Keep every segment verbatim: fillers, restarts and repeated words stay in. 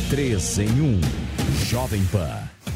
três em um. Jovem Pan.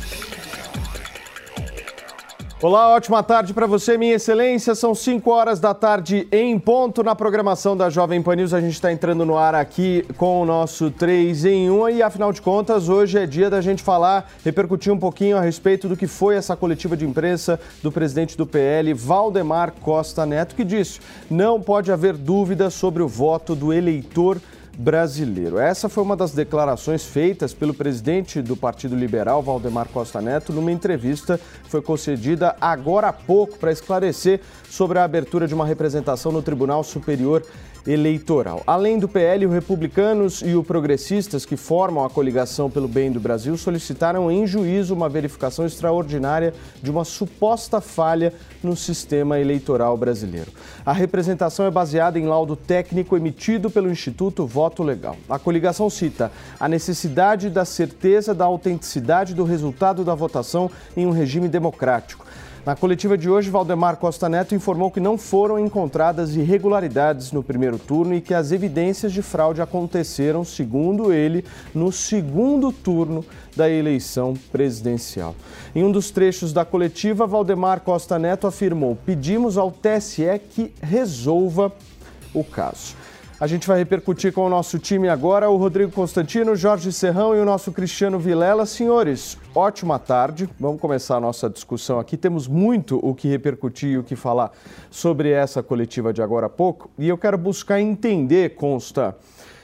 Olá, ótima tarde para você, minha excelência. São cinco horas da tarde em ponto na programação da Jovem Pan News. A gente está entrando no ar aqui com o nosso três em um e, afinal de contas, hoje é dia da gente falar, repercutir um pouquinho a respeito do que foi essa coletiva de imprensa do presidente do P L, Valdemar Costa Neto, que disse: não pode haver dúvida sobre o voto do eleitor brasileiro. Essa foi uma das declarações feitas pelo presidente do Partido Liberal, Valdemar Costa Neto, numa entrevista que foi concedida agora há pouco para esclarecer sobre a abertura de uma representação no Tribunal Superior Eleitoral. Além do P L, os Republicanos e os Progressistas, que formam a coligação pelo bem do Brasil, solicitaram em juízo uma verificação extraordinária de uma suposta falha no sistema eleitoral brasileiro. A representação é baseada em laudo técnico emitido pelo Instituto Voto Legal. A coligação cita a necessidade da certeza da autenticidade do resultado da votação em um regime democrático. Na coletiva de hoje, Valdemar Costa Neto informou que não foram encontradas irregularidades no primeiro turno e que as evidências de fraude aconteceram, segundo ele, no segundo turno da eleição presidencial. Em um dos trechos da coletiva, Valdemar Costa Neto afirmou: pedimos ao T S E que resolva o caso. A gente vai repercutir com o nosso time agora, o Rodrigo Constantino, o Jorge Serrão e o nosso Cristiano Vilela. Senhores, ótima tarde. Vamos começar a nossa discussão aqui. Temos muito o que repercutir e o que falar sobre essa coletiva de agora há pouco. E eu quero buscar entender, Consta,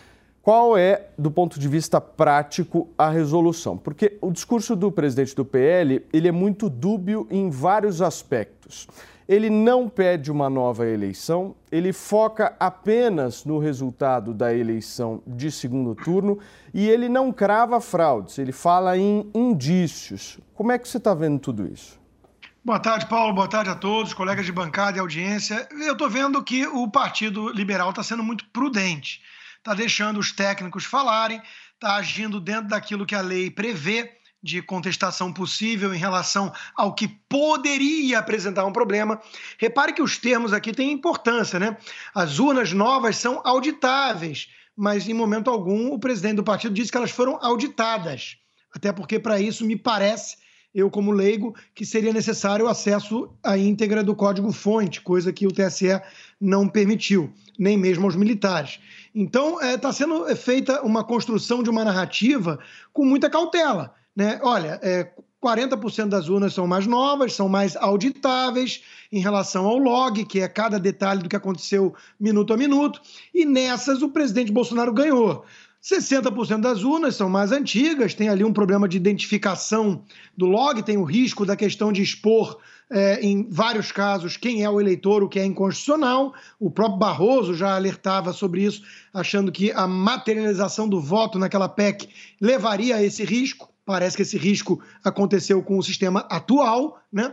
qual é, do ponto de vista prático, a resolução. Porque o discurso do presidente do P L, ele é muito dúbio em vários aspectos. Ele não pede uma nova eleição, ele foca apenas no resultado da eleição de segundo turno e ele não crava fraudes, ele fala em indícios. Como é que você está vendo tudo isso? Boa tarde, Paulo. Boa tarde a todos, colegas de bancada e audiência. Eu estou vendo que o Partido Liberal está sendo muito prudente, está deixando os técnicos falarem, está agindo dentro daquilo que a lei prevê de contestação possível em relação ao que poderia apresentar um problema. Repare que os termos aqui têm importância, né? As urnas novas são auditáveis, mas em momento algum o presidente do partido disse que elas foram auditadas. Até porque, para isso, me parece, eu como leigo, que seria necessário o acesso à íntegra do código-fonte, coisa que o T S E não permitiu, nem mesmo aos militares. Então, está é, sendo feita uma construção de uma narrativa com muita cautela, né? Olha, é, quarenta por cento das urnas são mais novas, são mais auditáveis em relação ao log, que é cada detalhe do que aconteceu minuto a minuto, e nessas o presidente Bolsonaro ganhou. sessenta por cento das urnas são mais antigas, tem ali um problema de identificação do log, tem o risco da questão de expor, é, em vários casos, quem é o eleitor, o que é inconstitucional. O próprio Barroso já alertava sobre isso, achando que a materialização do voto naquela P E C levaria a esse risco. Parece que esse risco aconteceu com o sistema atual, né?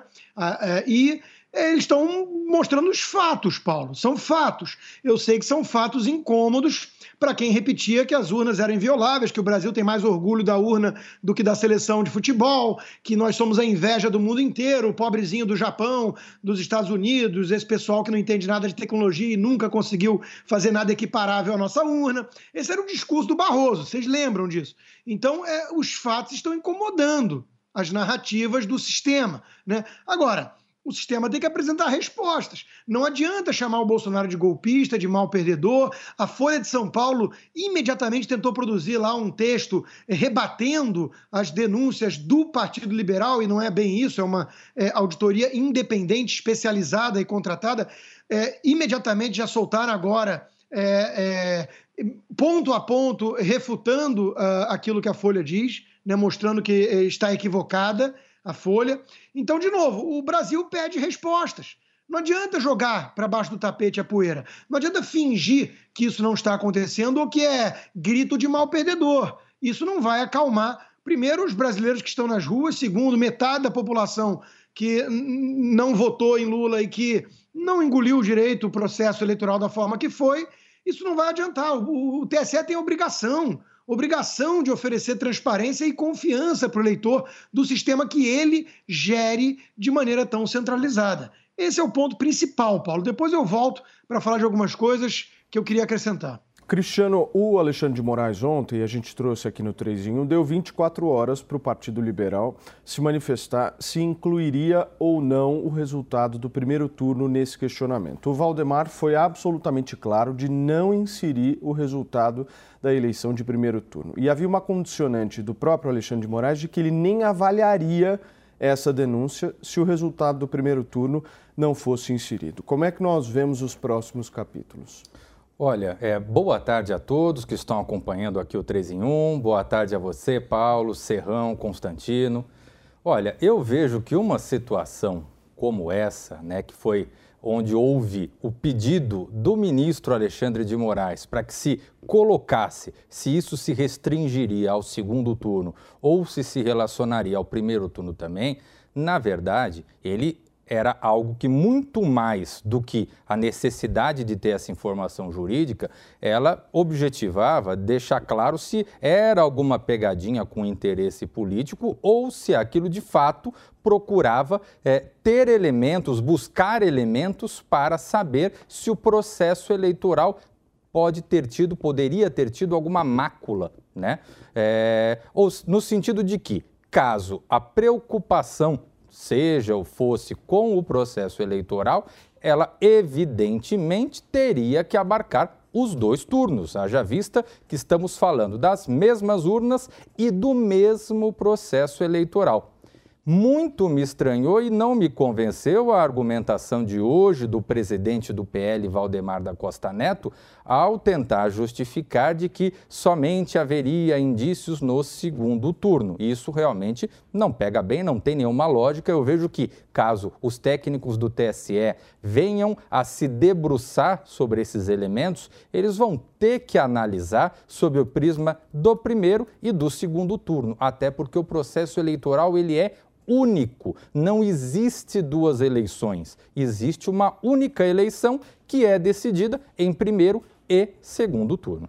E eles estão mostrando os fatos, Paulo. São fatos. Eu sei que são fatos incômodos para quem repetia que as urnas eram invioláveis, que o Brasil tem mais orgulho da urna do que da seleção de futebol, que nós somos a inveja do mundo inteiro, o pobrezinho do Japão, dos Estados Unidos, esse pessoal que não entende nada de tecnologia e nunca conseguiu fazer nada equiparável à nossa urna. Esse era o discurso do Barroso, vocês lembram disso? Então, é, os fatos estão incomodando as narrativas do sistema, né? Agora, o sistema tem que apresentar respostas. Não adianta chamar o Bolsonaro de golpista, de mal perdedor. A Folha de São Paulo imediatamente tentou produzir lá um texto rebatendo as denúncias do Partido Liberal, e não é bem isso, é uma é, auditoria independente, especializada e contratada. É, imediatamente já soltaram agora, é, é, ponto a ponto, refutando uh, aquilo que a Folha diz, né, mostrando que está equivocada a Folha. Então, de novo, o Brasil pede respostas. Não adianta jogar para baixo do tapete a poeira. Não adianta fingir que isso não está acontecendo ou que é grito de mal perdedor. Isso não vai acalmar, primeiro, os brasileiros que estão nas ruas, segundo, metade da população que não votou em Lula e que não engoliu direito o processo eleitoral da forma que foi. Isso não vai adiantar. O, o T S E tem obrigação obrigação de oferecer transparência e confiança para o eleitor do sistema que ele gere de maneira tão centralizada. Esse é o ponto principal, Paulo. Depois eu volto para falar de algumas coisas que eu queria acrescentar. Cristiano, o Alexandre de Moraes ontem, a gente trouxe aqui no três em um, deu vinte e quatro horas para o Partido Liberal se manifestar se incluiria ou não o resultado do primeiro turno nesse questionamento. O Valdemar foi absolutamente claro de não inserir o resultado da eleição de primeiro turno. E havia uma condicionante do próprio Alexandre de Moraes de que ele nem avaliaria essa denúncia se o resultado do primeiro turno não fosse inserido. Como é que nós vemos os próximos capítulos? Olha, é, boa tarde a todos que estão acompanhando aqui o três em um, boa tarde a você, Paulo, Serrão, Constantino. Olha, eu vejo que uma situação como essa, né, que foi onde houve o pedido do ministro Alexandre de Moraes para que se colocasse se isso se restringiria ao segundo turno ou se se relacionaria ao primeiro turno também, na verdade, ele era algo que muito mais do que a necessidade de ter essa informação jurídica, ela objetivava deixar claro se era alguma pegadinha com interesse político ou se aquilo de fato procurava é, ter elementos, buscar elementos para saber se o processo eleitoral pode ter tido, poderia ter tido alguma mácula, né? É, ou no sentido de que, caso a preocupação seja ou fosse com o processo eleitoral, ela evidentemente teria que abarcar os dois turnos, haja vista que estamos falando das mesmas urnas e do mesmo processo eleitoral. Muito me estranhou e não me convenceu a argumentação de hoje do presidente do P L, Valdemar da Costa Neto, ao tentar justificar de que somente haveria indícios no segundo turno. Isso realmente não pega bem, não tem nenhuma lógica. Eu vejo que, caso os técnicos do T S E venham a se debruçar sobre esses elementos, eles vão ter que analisar sob o prisma do primeiro e do segundo turno, até porque o processo eleitoral ele é único, não existe duas eleições, existe uma única eleição que é decidida em primeiro e segundo turno.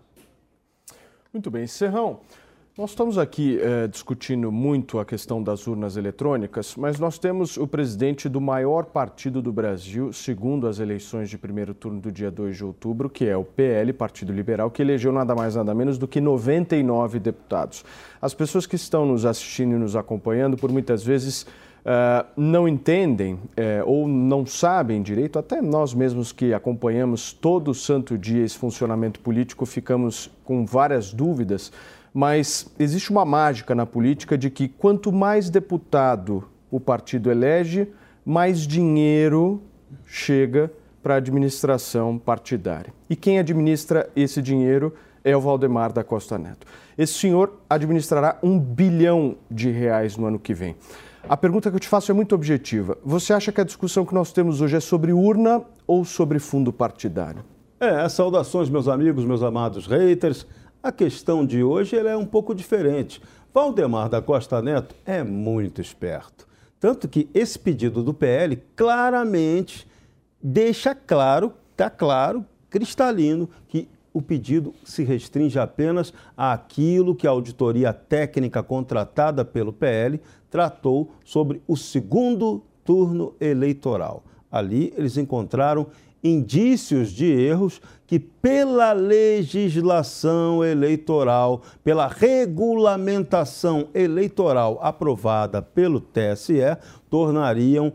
Muito bem, Serrão, nós estamos aqui eh, discutindo muito a questão das urnas eletrônicas, mas nós temos o presidente do maior partido do Brasil, segundo as eleições de primeiro turno do dia dois de outubro, que é o P L, Partido Liberal, que elegeu nada mais nada menos do que noventa e nove deputados. As pessoas que estão nos assistindo e nos acompanhando, por muitas vezes, Uh, não entendem uh, ou não sabem direito, até nós mesmos que acompanhamos todo santo dia esse funcionamento político, ficamos com várias dúvidas, mas existe uma mágica na política de que quanto mais deputado o partido elege, mais dinheiro chega para a administração partidária. E quem administra esse dinheiro é o Valdemar da Costa Neto. Esse senhor administrará um bilhão de reais no ano que vem. A pergunta que eu te faço é muito objetiva. Você acha que a discussão que nós temos hoje é sobre urna ou sobre fundo partidário? É, saudações, meus amigos, meus amados haters. A questão de hoje ela é um pouco diferente. Valdemar da Costa Neto é muito esperto. Tanto que esse pedido do P L claramente deixa claro, está claro, cristalino, que o pedido se restringe apenas àquilo que a auditoria técnica contratada pelo P L tratou sobre o segundo turno eleitoral. Ali eles encontraram indícios de erros que, pela legislação eleitoral, pela regulamentação eleitoral aprovada pelo T S E, tornariam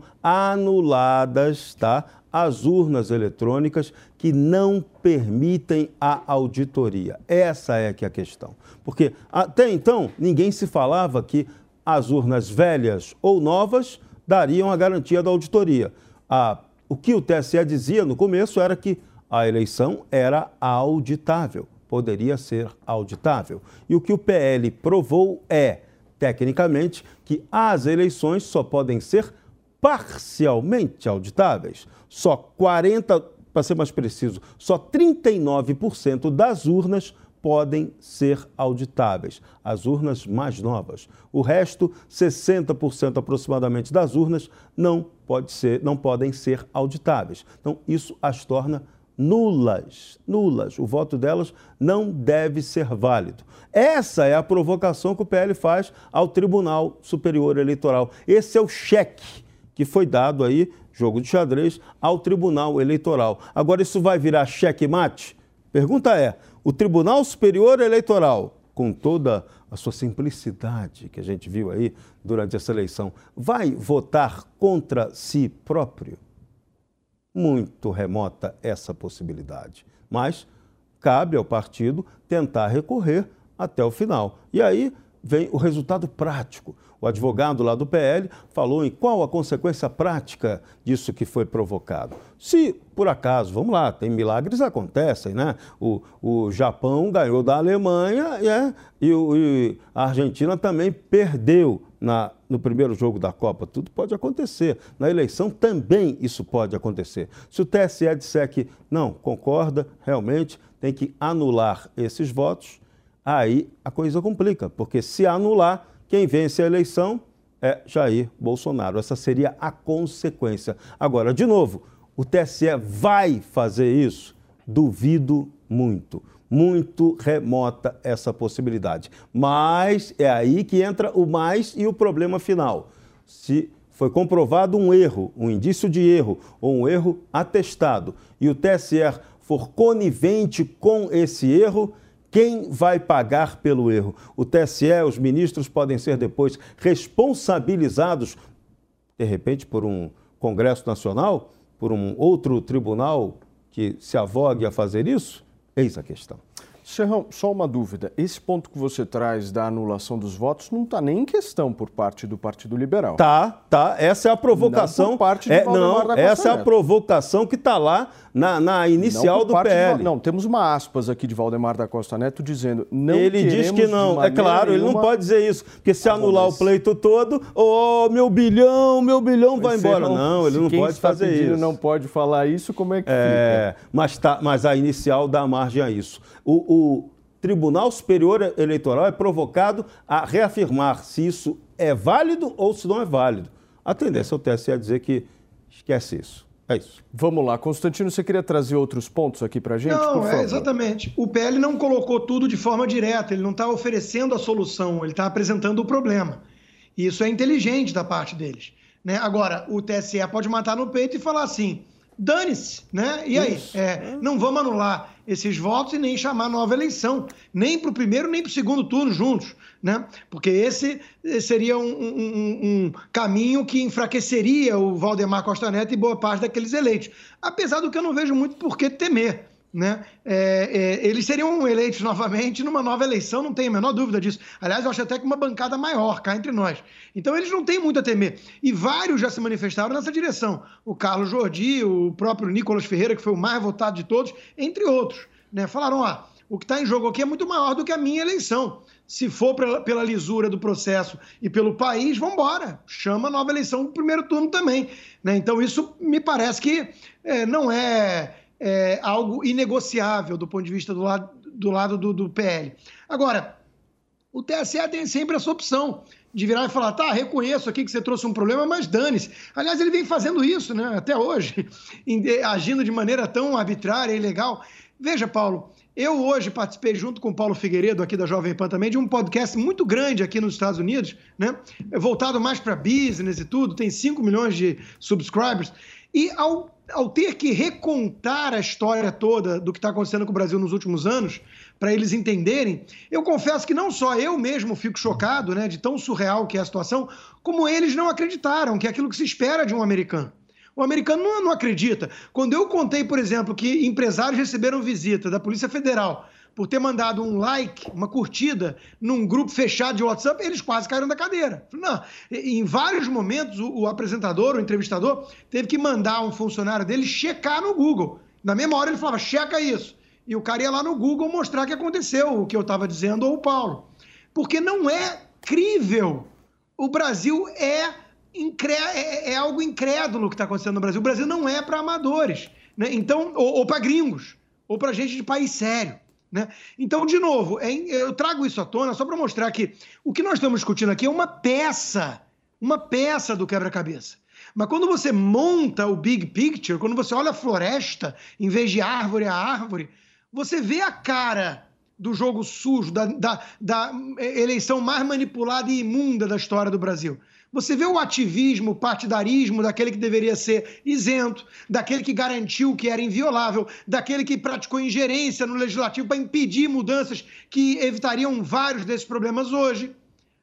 anuladas, tá, as urnas eletrônicas que não permitem a auditoria. Essa é que é a questão. Porque até então ninguém se falava que as urnas velhas ou novas dariam a garantia da auditoria. A, o que o T S E dizia no começo era que a eleição era auditável, poderia ser auditável. E o que o P L provou é, tecnicamente, que as eleições só podem ser parcialmente auditáveis. Só quarenta, para ser mais preciso, só trinta e nove por cento das urnas podem ser auditáveis, as urnas mais novas. O resto, sessenta por cento aproximadamente das urnas, não, pode ser, não podem ser auditáveis. Então, isso as torna nulas, nulas. O voto delas não deve ser válido. Essa é a provocação que o P L faz ao Tribunal Superior Eleitoral. Esse é o cheque que foi dado aí, jogo de xadrez, ao Tribunal Eleitoral. Agora, isso vai virar cheque-mate? Pergunta é, o Tribunal Superior Eleitoral, com toda a sua simplicidade que a gente viu aí durante essa eleição, vai votar contra si próprio? Muito remota essa possibilidade. Mas cabe ao partido tentar recorrer até o final. E aí vem o resultado prático. O advogado lá do P L falou em qual a consequência prática disso que foi provocado. Se, por acaso, vamos lá, tem milagres acontecem, né? O, o Japão ganhou da Alemanha é, e, o, e a Argentina também perdeu na, no primeiro jogo da Copa. Tudo pode acontecer. Na eleição também isso pode acontecer. Se o T S E disser que não, concorda, realmente tem que anular esses votos, aí a coisa complica, porque se anular, quem vence a eleição é Jair Bolsonaro. Essa seria a consequência. Agora, de novo, o T S E vai fazer isso? Duvido muito. Muito remota essa possibilidade. Mas é aí que entra o mais e o problema final. Se foi comprovado um erro, um indício de erro ou um erro atestado e o T S E for conivente com esse erro, quem vai pagar pelo erro? O T S E, os ministros podem ser depois responsabilizados, de repente, por um Congresso Nacional, por um outro tribunal que se avogue a fazer isso? Eis a questão. Serrão, só uma dúvida. Esse ponto que você traz da anulação dos votos não está nem em questão por parte do Partido Liberal. Tá, tá. Essa é a provocação. Não por parte de é, Valdemar não, da Costa essa é a Neto. provocação que está lá na, na inicial do P L. De, não, temos uma aspas aqui de Valdemar da Costa Neto dizendo não ele diz que não. É claro, nenhuma... ele não pode dizer isso, porque se ah, anular mas... o pleito todo, oh, meu bilhão, meu bilhão mas vai embora. Não, não ele não pode fazer isso. Não pode falar isso, como é que é, fica? Mas, tá, mas a inicial dá margem a isso. O, o Tribunal Superior Eleitoral é provocado a reafirmar se isso é válido ou se não é válido. A tendência é o T S E a dizer que esquece isso. É isso. Vamos lá. Constantino, você queria trazer outros pontos aqui para a gente? Não, por favor? É, exatamente. O P L não colocou tudo de forma direta, ele não está oferecendo a solução, ele está apresentando o problema. E isso é inteligente da parte deles. Né? Agora, o T S E pode matar no peito e falar assim, dane-se, né? E aí? É, não vamos anular esses votos e nem chamar nova eleição, nem para o primeiro nem para o segundo turno juntos, né? Porque esse seria um, um, um caminho que enfraqueceria o Valdemar Costa Neto e boa parte daqueles eleitos. Apesar do que eu não vejo muito por que temer, né? É, é, eles seriam eleitos novamente numa nova eleição, não tenho a menor dúvida disso. Aliás, eu acho até que uma bancada maior, cá entre nós. Então, eles não têm muito a temer. E vários já se manifestaram nessa direção. O Carlos Jordi, o próprio Nicolas Ferreira, que foi o mais votado de todos, entre outros. Né? Falaram, ó, o que está em jogo aqui é muito maior do que a minha eleição. Se for pela, pela lisura do processo e pelo país, vamos embora. Chama a nova eleição no primeiro turno também. Né? Então, isso me parece que é, não é... É algo inegociável do ponto de vista do lado do, lado do, do P L. Agora, o T S E tem sempre essa opção de virar e falar, tá, reconheço aqui que você trouxe um problema, mas dane-se. Aliás, ele vem fazendo isso, né, até hoje, agindo de maneira tão arbitrária e ilegal. Veja, Paulo, eu hoje participei junto com o Paulo Figueiredo, aqui da Jovem Pan também, de um podcast muito grande aqui nos Estados Unidos, né, voltado mais para business e tudo, tem cinco milhões de subscribers, e ao ao ter que recontar a história toda do que está acontecendo com o Brasil nos últimos anos, para eles entenderem, eu confesso que não só eu mesmo fico chocado, né, de tão surreal que é a situação, como eles não acreditaram que é aquilo que se espera de um americano. O americano não, não acredita. Quando eu contei, por exemplo, que empresários receberam visita da Polícia Federal por ter mandado um like, uma curtida, num grupo fechado de WhatsApp, eles quase caíram da cadeira. Não. Em vários momentos, o, o apresentador, o entrevistador, teve que mandar um funcionário dele checar no Google. Na mesma hora ele falava, checa isso. E o cara ia lá no Google mostrar que aconteceu, o que eu estava dizendo, ou o Paulo. Porque não é crível. O Brasil é, incré... é, é algo incrédulo que está acontecendo no Brasil. O Brasil não é para amadores, né? Então, ou, ou para gringos, ou para gente de país sério. Né? Então, de novo, eu trago isso à tona só para mostrar que o que nós estamos discutindo aqui é uma peça, uma peça do quebra-cabeça. Mas quando você monta o big picture, quando você olha a floresta, em vez de árvore a árvore, você vê a cara do jogo sujo, da, da, da eleição mais manipulada e imunda da história do Brasil. Você vê o ativismo, o partidarismo daquele que deveria ser isento, daquele que garantiu que era inviolável, daquele que praticou ingerência no legislativo para impedir mudanças que evitariam vários desses problemas hoje.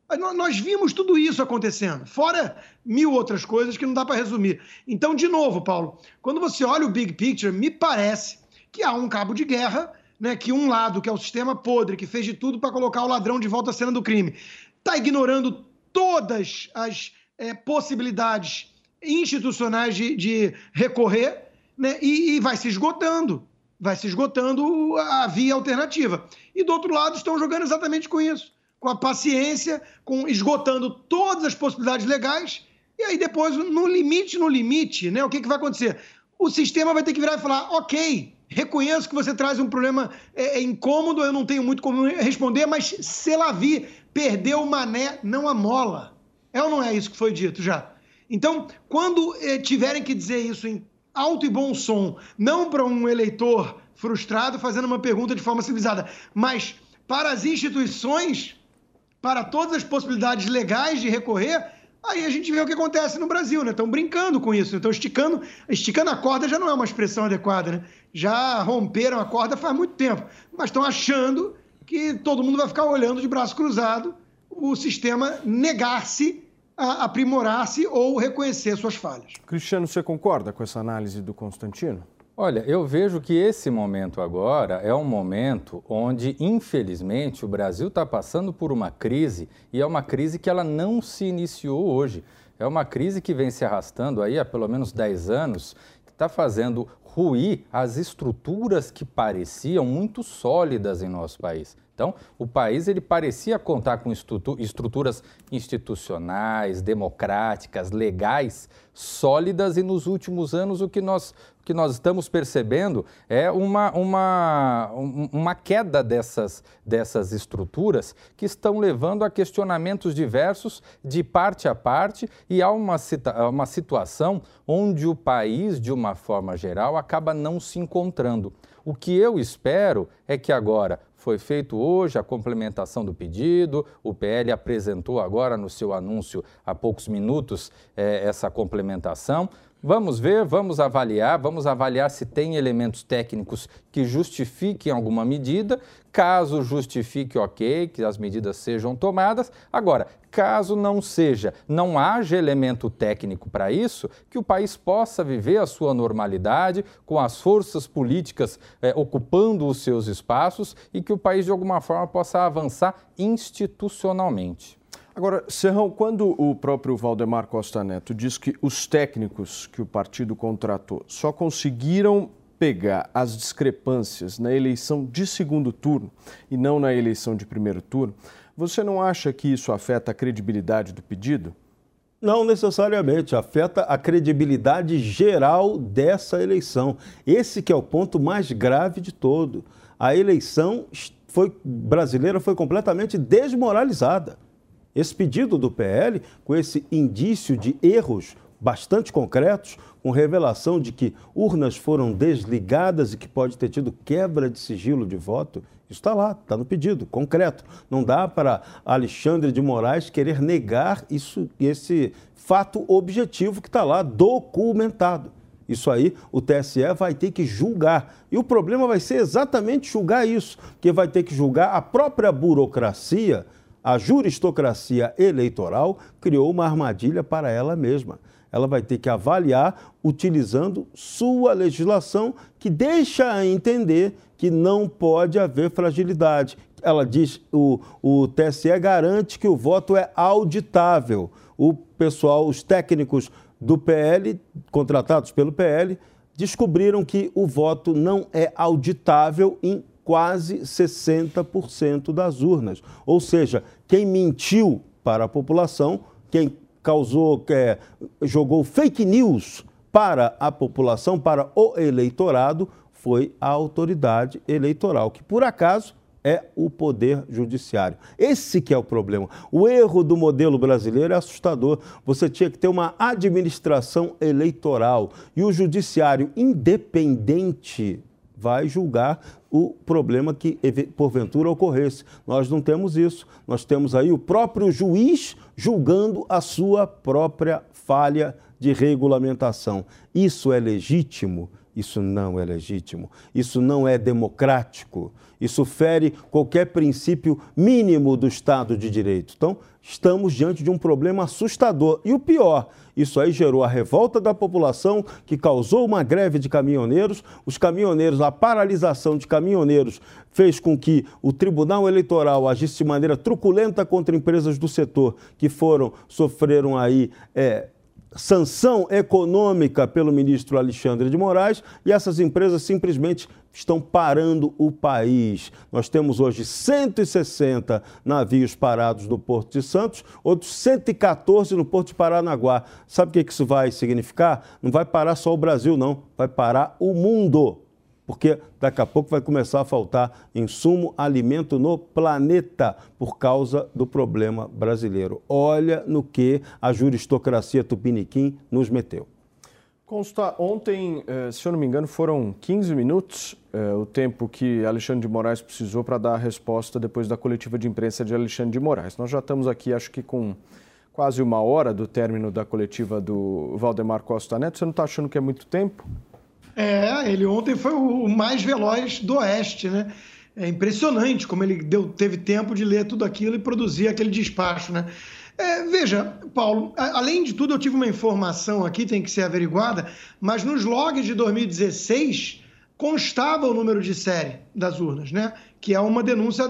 Nós vimos tudo isso acontecendo, fora mil outras coisas que não dá para resumir. Então, de novo, Paulo, quando você olha o big picture, me parece que há um cabo de guerra, né, que um lado, que é o sistema podre, que fez de tudo para colocar o ladrão de volta à cena do crime, está ignorando todas as é, possibilidades institucionais de, de recorrer, né, e, e vai se esgotando, vai se esgotando a via alternativa. E do outro lado estão jogando exatamente com isso, com a paciência, com esgotando todas as possibilidades legais, e aí depois, no limite, no limite, né, o que, que vai acontecer? O sistema vai ter que virar e falar, ok, reconheço que você traz um problema é, é incômodo, eu não tenho muito como responder, mas se lá vi, perdeu o mané, não a mola. É ou não é isso que foi dito já? Então, quando eh, tiverem que dizer isso em alto e bom som, não para um eleitor frustrado fazendo uma pergunta de forma civilizada, mas para as instituições, para todas as possibilidades legais de recorrer, aí a gente vê o que acontece no Brasil, né? Estão brincando com isso, estão esticando, esticando a corda já não é uma expressão adequada, né? Já romperam a corda faz muito tempo, mas estão achando que todo mundo vai ficar olhando de braço cruzado o sistema negar-se a aprimorar-se ou reconhecer suas falhas. Cristiano, você concorda com essa análise do Constantino? Olha, eu vejo que esse momento agora é um momento onde, infelizmente, o Brasil está passando por uma crise, e é uma crise que ela não se iniciou hoje. É uma crise que vem se arrastando aí há pelo menos dez anos, que está fazendo ruir as estruturas que pareciam muito sólidas em nosso país. Então, o país ele parecia contar com estruturas institucionais, democráticas, legais, sólidas, e nos últimos anos o que nós, o que nós estamos percebendo é uma, uma, uma queda dessas, dessas estruturas que estão levando a questionamentos diversos de parte a parte, e há uma, uma situação onde o país, de uma forma geral, acaba não se encontrando. O que eu espero é que agora foi feito hoje a complementação do pedido, o P L apresentou agora no seu anúncio há poucos minutos eh, essa complementação. Vamos ver, vamos avaliar, vamos avaliar se tem elementos técnicos que justifiquem alguma medida. Caso justifique, ok, que as medidas sejam tomadas. Agora, caso não seja, não haja elemento técnico para isso, que o país possa viver a sua normalidade, com as forças políticas eh, ocupando os seus espaços, e que o país, de alguma forma, possa avançar institucionalmente. Agora, Serrão, quando o próprio Valdemar Costa Neto diz que os técnicos que o partido contratou só conseguiram pegar as discrepâncias na eleição de segundo turno e não na eleição de primeiro turno, você não acha que isso afeta a credibilidade do pedido? Não necessariamente, afeta a credibilidade geral dessa eleição. Esse que é o ponto mais grave de todo. A eleição foi, brasileira foi completamente desmoralizada. Esse pedido do P L, com esse indício de erros bastante concretos, com revelação de que urnas foram desligadas e que pode ter tido quebra de sigilo de voto, isso está lá, está no pedido, concreto. Não dá para Alexandre de Moraes querer negar isso, esse fato objetivo que está lá, documentado. Isso aí o T S E vai ter que julgar. E o problema vai ser exatamente julgar isso, porque vai ter que julgar a própria burocracia. A juristocracia eleitoral criou uma armadilha para ela mesma. Ela vai ter que avaliar utilizando sua legislação, que deixa a entender que não pode haver fragilidade. Ela diz, o, o T S E garante que o voto é auditável. O pessoal, os técnicos do P L, contratados pelo P L, descobriram que o voto não é auditável em quase sessenta por cento das urnas. Ou seja, quem mentiu para a população, quem causou, é, jogou fake news para a população, para o eleitorado, foi a autoridade eleitoral, que por acaso é o Poder Judiciário. Esse que é o problema. O erro do modelo brasileiro é assustador. Você tinha que ter uma administração eleitoral e o Judiciário independente vai julgar o problema que porventura ocorresse. Nós não temos isso. Nós temos aí o próprio juiz julgando a sua própria falha de regulamentação. Isso é legítimo? Isso não é legítimo. Isso não é democrático. Isso fere qualquer princípio mínimo do Estado de Direito. Então, estamos diante de um problema assustador. E o pior, isso aí gerou a revolta da população, que causou uma greve de caminhoneiros. Os caminhoneiros, a paralisação de caminhoneiros fez com que o Tribunal Eleitoral agisse de maneira truculenta contra empresas do setor que foram, sofreram aí... É, sanção econômica pelo ministro Alexandre de Moraes, e essas empresas simplesmente estão parando o país. Nós temos hoje cento e sessenta navios parados no Porto de Santos, outros cento e quatorze no Porto de Paranaguá. Sabe o que isso vai significar? Não vai parar só o Brasil, não. Vai parar o mundo. Porque daqui a pouco vai começar a faltar insumo, alimento no planeta por causa do problema brasileiro. Olha no que a juristocracia tupiniquim nos meteu. Consta, ontem, se eu não me engano, foram quinze minutos o tempo que Alexandre de Moraes precisou para dar a resposta depois da coletiva de imprensa de Alexandre de Moraes. Nós já estamos aqui, acho que com quase uma hora do término da coletiva do Valdemar Costa Neto. Você não está achando que é muito tempo? É, ele ontem foi o mais veloz do Oeste, né? É impressionante como ele deu, teve tempo de ler tudo aquilo e produzir aquele despacho, né? É, veja, Paulo, a, além de tudo eu tive uma informação aqui, tem que ser averiguada, mas nos logs de dois mil e dezesseis constava o número de série das urnas, né? Que é uma denúncia,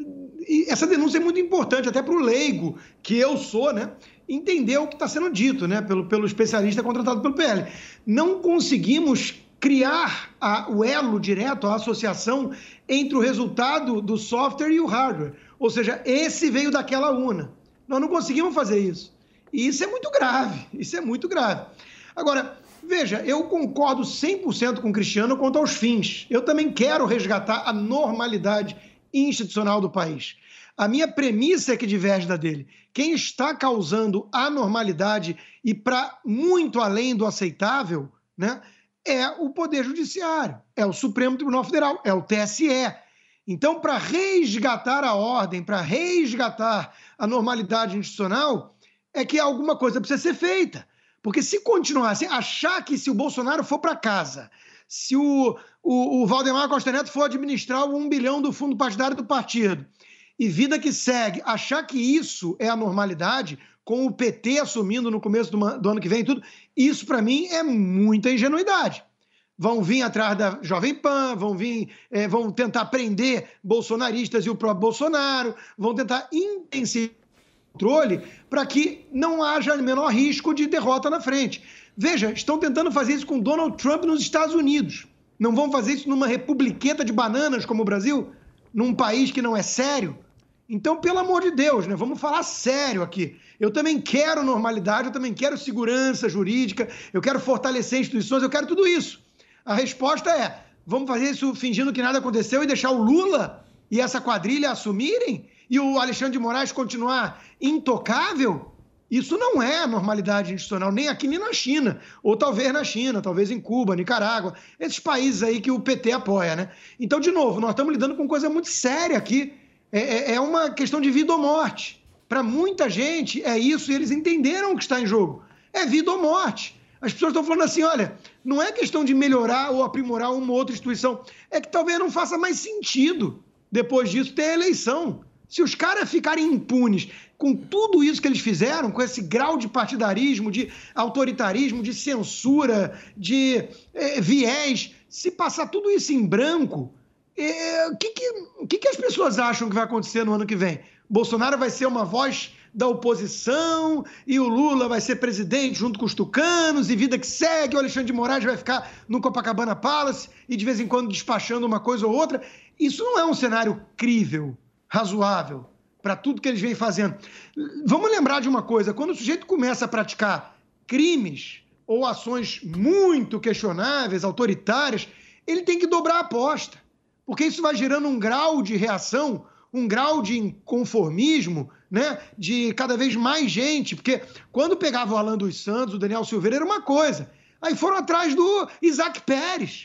e essa denúncia é muito importante até para o leigo, que eu sou, né? Entender o que está sendo dito, né? Pelo, pelo especialista contratado pelo P L. Não conseguimos criar a, o elo direto, a associação entre o resultado do software e o hardware. Ou seja, esse veio daquela urna. Nós não conseguimos fazer isso. E isso é muito grave, isso é muito grave. Agora, veja, eu concordo cem por cento com o Cristiano quanto aos fins. Eu também quero resgatar a normalidade institucional do país. A minha premissa é que diverge da dele. Quem está causando anormalidade e para muito além do aceitável, né, é o Poder Judiciário, é o Supremo Tribunal Federal, é o T S E. Então, para resgatar a ordem, para resgatar a normalidade institucional, é que alguma coisa precisa ser feita. Porque se continuar assim, achar que se o Bolsonaro for para casa, se o, o, o Valdemar Costa Neto for administrar o um bilhão do fundo partidário do partido, e vida que segue, achar que isso é a normalidade, com o P T assumindo no começo do, do ano que vem e tudo, isso para mim é muita ingenuidade. Vão vir atrás da Jovem Pan, vão vir, é, vão tentar prender bolsonaristas e o próprio Bolsonaro, vão tentar intensificar o controle para que não haja o menor risco de derrota na frente. Veja, estão tentando fazer isso com Donald Trump nos Estados Unidos. Não vão fazer isso numa republiqueta de bananas como o Brasil? Num país que não é sério? Então, pelo amor de Deus, né? Vamos falar sério aqui. Eu também quero normalidade, eu também quero segurança jurídica, eu quero fortalecer instituições, eu quero tudo isso. A resposta é, vamos fazer isso fingindo que nada aconteceu e deixar o Lula e essa quadrilha assumirem? E o Alexandre de Moraes continuar intocável? Isso não é a normalidade institucional, nem aqui nem na China. Ou talvez na China, talvez em Cuba, Nicarágua, esses países aí que o P T apoia, né? Então, de novo, nós estamos lidando com coisa muito séria aqui. É, é uma questão de vida ou morte. Para muita gente é isso e eles entenderam o que está em jogo. É vida ou morte. As pessoas estão falando assim, olha, não é questão de melhorar ou aprimorar uma ou outra instituição, é que talvez não faça mais sentido, depois disso, ter eleição. Se os caras ficarem impunes com tudo isso que eles fizeram, com esse grau de partidarismo, de autoritarismo, de censura, de é, viés, se passar tudo isso em branco, o é, que, que, que, que as pessoas acham que vai acontecer no ano que vem? Bolsonaro vai ser uma voz da oposição e o Lula vai ser presidente junto com os tucanos e vida que segue, o Alexandre de Moraes vai ficar no Copacabana Palace e de vez em quando despachando uma coisa ou outra. Isso não é um cenário crível, razoável, para tudo que eles vêm fazendo. Vamos lembrar de uma coisa, quando o sujeito começa a praticar crimes ou ações muito questionáveis, autoritárias, ele tem que dobrar a aposta, porque isso vai gerando um grau de reação, um grau de inconformismo, né, de cada vez mais gente, porque quando pegava o Alan dos Santos, o Daniel Silveira, era uma coisa. Aí foram atrás do Isaac Pérez.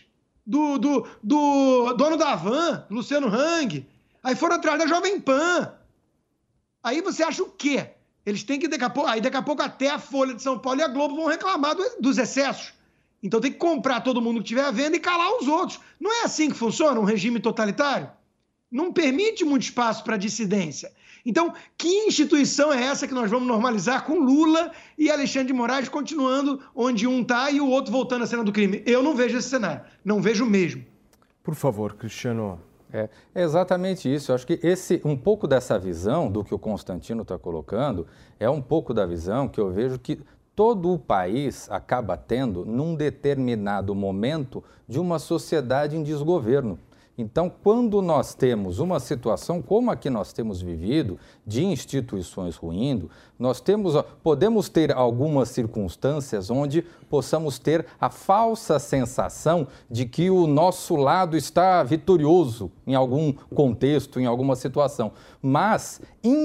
do, do, do dono da Van, Luciano Hang. Aí foram atrás da Jovem Pan. Aí você acha o quê? Eles têm que, daqui a pouco, aí daqui a pouco até a Folha de São Paulo e a Globo vão reclamar do, dos excessos. Então tem que comprar todo mundo que estiver à venda e calar os outros. Não é assim que funciona um regime totalitário? Não permite muito espaço para dissidência. Então, que instituição é essa que nós vamos normalizar com Lula e Alexandre de Moraes continuando onde um está e o outro voltando à cena do crime? Eu não vejo esse cenário. Não vejo mesmo. Por favor, Cristiano. É, é exatamente isso. Eu acho que esse, um pouco dessa visão do que o Constantino está colocando é um pouco da visão que eu vejo que todo o país acaba tendo num determinado momento de uma sociedade em desgoverno. Então, quando nós temos uma situação como a que nós temos vivido, de instituições ruindo, nós temos, podemos ter algumas circunstâncias onde possamos ter a falsa sensação de que o nosso lado está vitorioso em algum contexto, em alguma situação. Mas,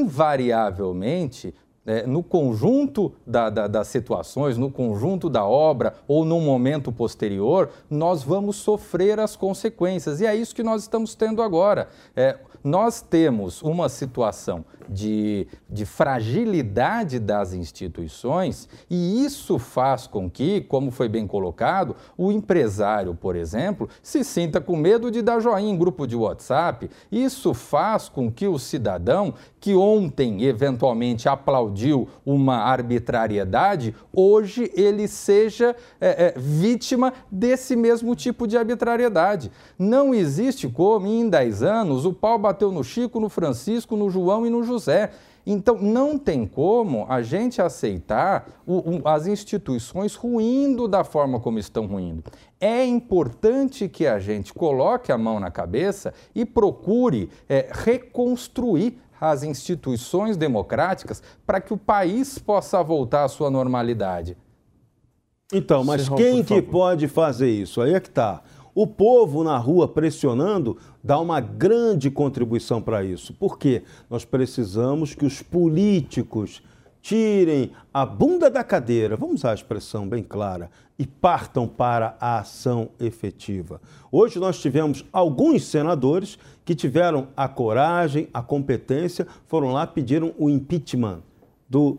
invariavelmente, É, no conjunto da, da, das situações, no conjunto da obra ou no momento posterior, nós vamos sofrer as consequências. E é isso que nós estamos tendo agora. É, nós temos uma situação de, de fragilidade das instituições e isso faz com que, como foi bem colocado, o empresário, por exemplo, se sinta com medo de dar joinha em grupo de WhatsApp. Isso faz com que o cidadão, que ontem eventualmente aplaudiu uma arbitrariedade, hoje ele seja é, é, vítima desse mesmo tipo de arbitrariedade. Não existe como, em dez anos, o pau bateu no Chico, no Francisco, no João e no José. Então, não tem como a gente aceitar o, o, as instituições ruindo da forma como estão ruindo. É importante que a gente coloque a mão na cabeça e procure é, reconstruir as instituições democráticas para que o país possa voltar à sua normalidade. Então, mas Serrão, quem que pode fazer isso? Aí é que está. O povo na rua pressionando dá uma grande contribuição para isso. Por quê? Nós precisamos que os políticos tirem a bunda da cadeira, vamos usar a expressão bem clara, e partam para a ação efetiva. Hoje nós tivemos alguns senadores que tiveram a coragem, a competência, foram lá, pediram o impeachment do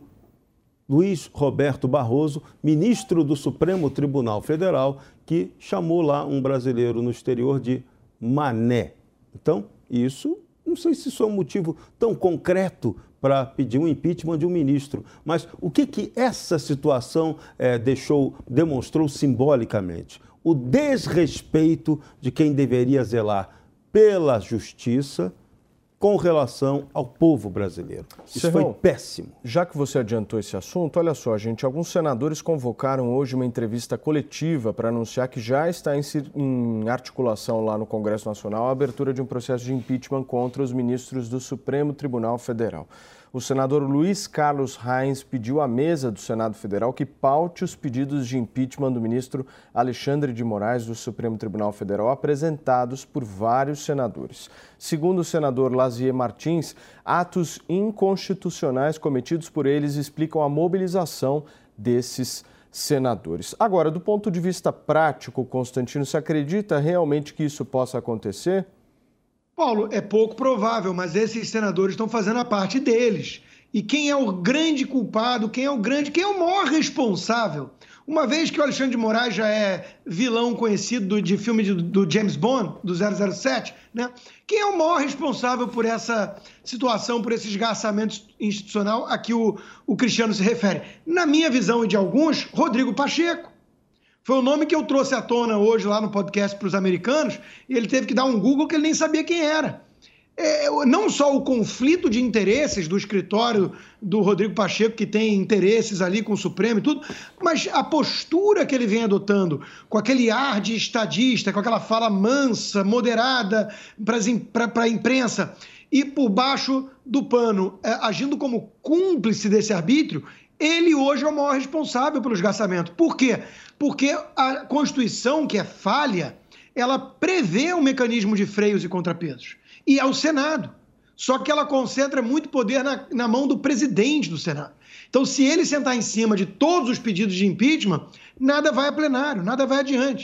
Luiz Roberto Barroso, ministro do Supremo Tribunal Federal, que chamou lá um brasileiro no exterior de mané. Então, isso, não sei se isso é um motivo tão concreto para pedir um impeachment de um ministro, mas o que que essa situação é, deixou, demonstrou simbolicamente? O desrespeito de quem deveria zelar pela justiça com relação ao povo brasileiro. Isso Serrão, foi péssimo. Já que você adiantou esse assunto, olha só, gente, alguns senadores convocaram hoje uma entrevista coletiva para anunciar que já está em, em articulação lá no Congresso Nacional a abertura de um processo de impeachment contra os ministros do Supremo Tribunal Federal. O senador Luiz Carlos Reins pediu à mesa do Senado Federal que paute os pedidos de impeachment do ministro Alexandre de Moraes do Supremo Tribunal Federal apresentados por vários senadores. Segundo o senador Lazier Martins, atos inconstitucionais cometidos por eles explicam a mobilização desses senadores. Agora, do ponto de vista prático, Constantino, você acredita realmente que isso possa acontecer? Paulo, é pouco provável, mas esses senadores estão fazendo a parte deles. E quem é o grande culpado, quem é o grande, quem é o maior responsável? Uma vez que o Alexandre de Moraes já é vilão conhecido de filme de, do James Bond, do zero zero sete, né? Quem é o maior responsável por essa situação, por esse esgarçamento institucional a que o, o Cristiano se refere? Na minha visão e de alguns, Rodrigo Pacheco. Foi o nome que eu trouxe à tona hoje lá no podcast para os americanos, e ele teve que dar um Google que ele nem sabia quem era. É, não só o conflito de interesses do escritório do Rodrigo Pacheco, que tem interesses ali com o Supremo e tudo, mas a postura que ele vem adotando, com aquele ar de estadista, com aquela fala mansa, moderada para a imprensa, e por baixo do pano, é, agindo como cúmplice desse arbítrio, ele hoje é o maior responsável pelo esgarçamento. Por quê? Porque a Constituição, que é falha, ela prevê um mecanismo de freios e contrapesos. E é o Senado. Só que ela concentra muito poder na, na mão do presidente do Senado. Então, se ele sentar em cima de todos os pedidos de impeachment, nada vai a plenário, nada vai adiante.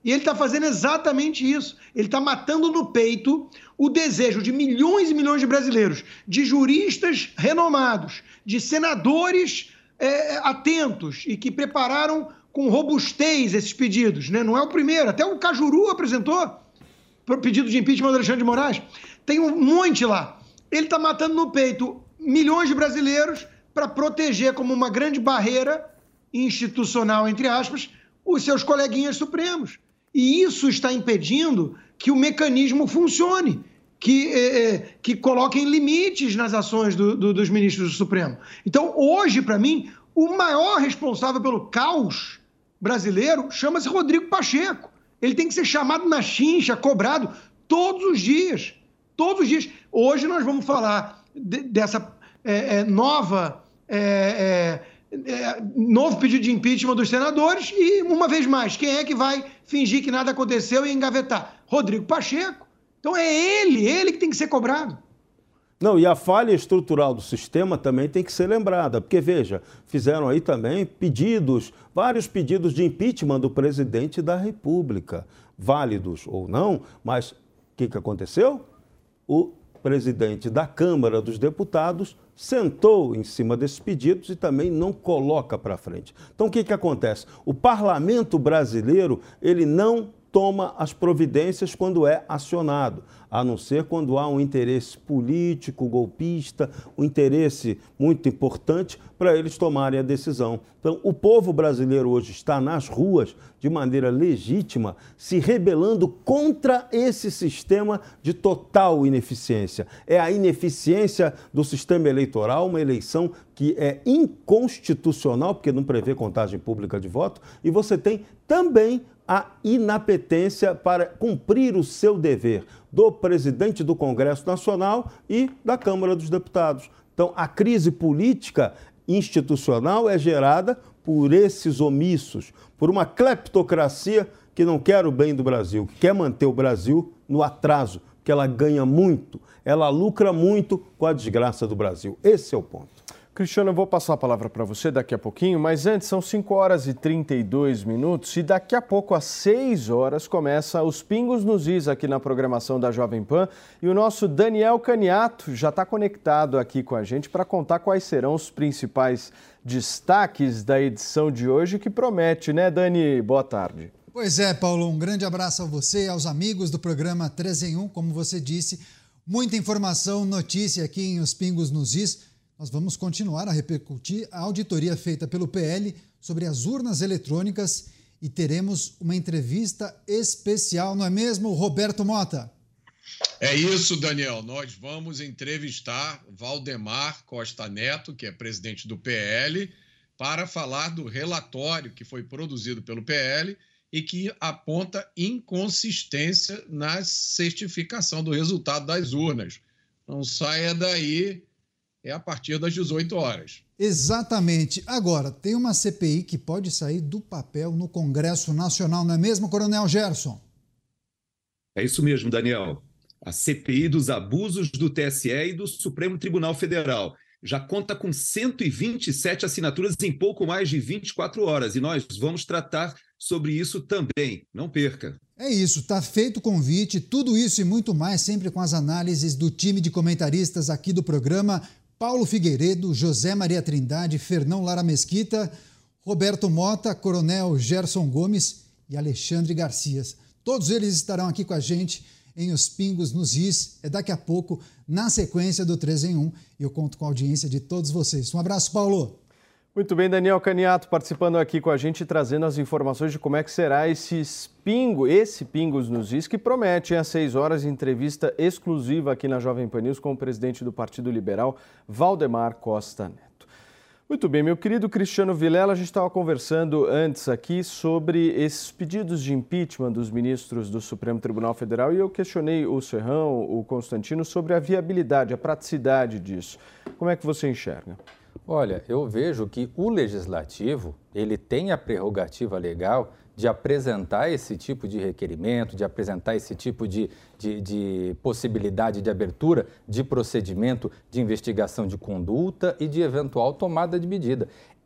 E ele está fazendo exatamente isso. Ele está matando no peito o desejo de milhões e milhões de brasileiros, de juristas renomados, de senadores é, atentos e que prepararam com robustez esses pedidos, né? Não é o primeiro, até o Cajuru apresentou pedido de impeachment do Alexandre de Moraes. Tem um monte lá. Ele está matando no peito milhões de brasileiros para proteger como uma grande barreira institucional, entre aspas, os seus coleguinhas supremos. E isso está impedindo que o mecanismo funcione, que, é, que coloquem limites nas ações do, do, dos ministros do Supremo. Então, hoje, para mim, o maior responsável pelo caos brasileiro chama-se Rodrigo Pacheco. Ele tem que ser chamado na chincha, cobrado todos os dias. Todos os dias. Hoje nós vamos falar de, dessa é, é, nova... É, é, É, novo pedido de impeachment dos senadores e, uma vez mais, quem é que vai fingir que nada aconteceu e engavetar? Rodrigo Pacheco. Então é ele, ele que tem que ser cobrado. Não, e a falha estrutural do sistema também tem que ser lembrada, porque, veja, fizeram aí também pedidos, vários pedidos de impeachment do presidente da República, válidos ou não, mas o que, que aconteceu? O presidente da Câmara dos Deputados sentou em cima desses pedidos e também não coloca para frente. Então, o que, que acontece? O parlamento brasileiro, ele não toma as providências quando é acionado, a não ser quando há um interesse político, golpista, um interesse muito importante para eles tomarem a decisão. Então, o povo brasileiro hoje está nas ruas de maneira legítima, se rebelando contra esse sistema de total ineficiência. É a ineficiência do sistema eleitoral, uma eleição que é inconstitucional, porque não prevê contagem pública de voto, e você tem também a inapetência para cumprir o seu dever do presidente do Congresso Nacional e da Câmara dos Deputados. Então, a crise política institucional é gerada por esses omissos, por uma cleptocracia que não quer o bem do Brasil, que quer manter o Brasil no atraso, porque ela ganha muito, ela lucra muito com a desgraça do Brasil. Esse é o ponto. Cristiano, eu vou passar a palavra para você daqui a pouquinho, mas antes são cinco horas e trinta e dois minutos e daqui a pouco, às seis horas, começa os Pingos nos Is aqui na programação da Jovem Pan e o nosso Daniel Caniato já está conectado aqui com a gente para contar quais serão os principais destaques da edição de hoje, que promete, né, Dani? Boa tarde. Pois é, Paulo, um grande abraço a você e aos amigos do programa três em um, como você disse, muita informação, notícia aqui em Os Pingos nos Is. Nós vamos continuar a repercutir a auditoria feita pelo P L sobre as urnas eletrônicas e teremos uma entrevista especial, não é mesmo, Roberto Mota? É isso, Daniel. Nós vamos entrevistar Valdemar Costa Neto, que é presidente do P L, para falar do relatório que foi produzido pelo P L e que aponta inconsistência na certificação do resultado das urnas. Não saia daí... é a partir das dezoito horas. Exatamente. Agora, tem uma C P I que pode sair do papel no Congresso Nacional, não é mesmo, Coronel Gerson? É isso mesmo, Daniel. A C P I dos abusos do T S E e do Supremo Tribunal Federal já conta com cento e vinte e sete assinaturas em pouco mais de vinte e quatro horas e nós vamos tratar sobre isso também. Não perca. É isso, tá feito o convite, tudo isso e muito mais, sempre com as análises do time de comentaristas aqui do programa. Paulo Figueiredo, José Maria Trindade, Fernão Lara Mesquita, Roberto Mota, Coronel Gerson Gomes e Alexandre Garcias. Todos eles estarão aqui com a gente em Os Pingos nos Is. É daqui a pouco, na sequência do três em um. E eu conto com a audiência de todos vocês. Um abraço, Paulo. Muito bem, Daniel Caniato participando aqui com a gente, trazendo as informações de como é que será esse pingo, esse Pingos nos Is, que promete às seis horas entrevista exclusiva aqui na Jovem Pan News com o presidente do Partido Liberal, Valdemar Costa Neto. Muito bem, meu querido Cristiano Vilela, a gente estava conversando antes aqui sobre esses pedidos de impeachment dos ministros do Supremo Tribunal Federal e eu questionei o Serrão, o Constantino, sobre a viabilidade, a praticidade disso. Como é que você enxerga? Olha, eu vejo que o Legislativo, ele tem a prerrogativa legal de apresentar esse tipo de requerimento, de apresentar esse tipo de, de, de possibilidade de abertura de procedimento de investigação de conduta e de eventual tomada de medida.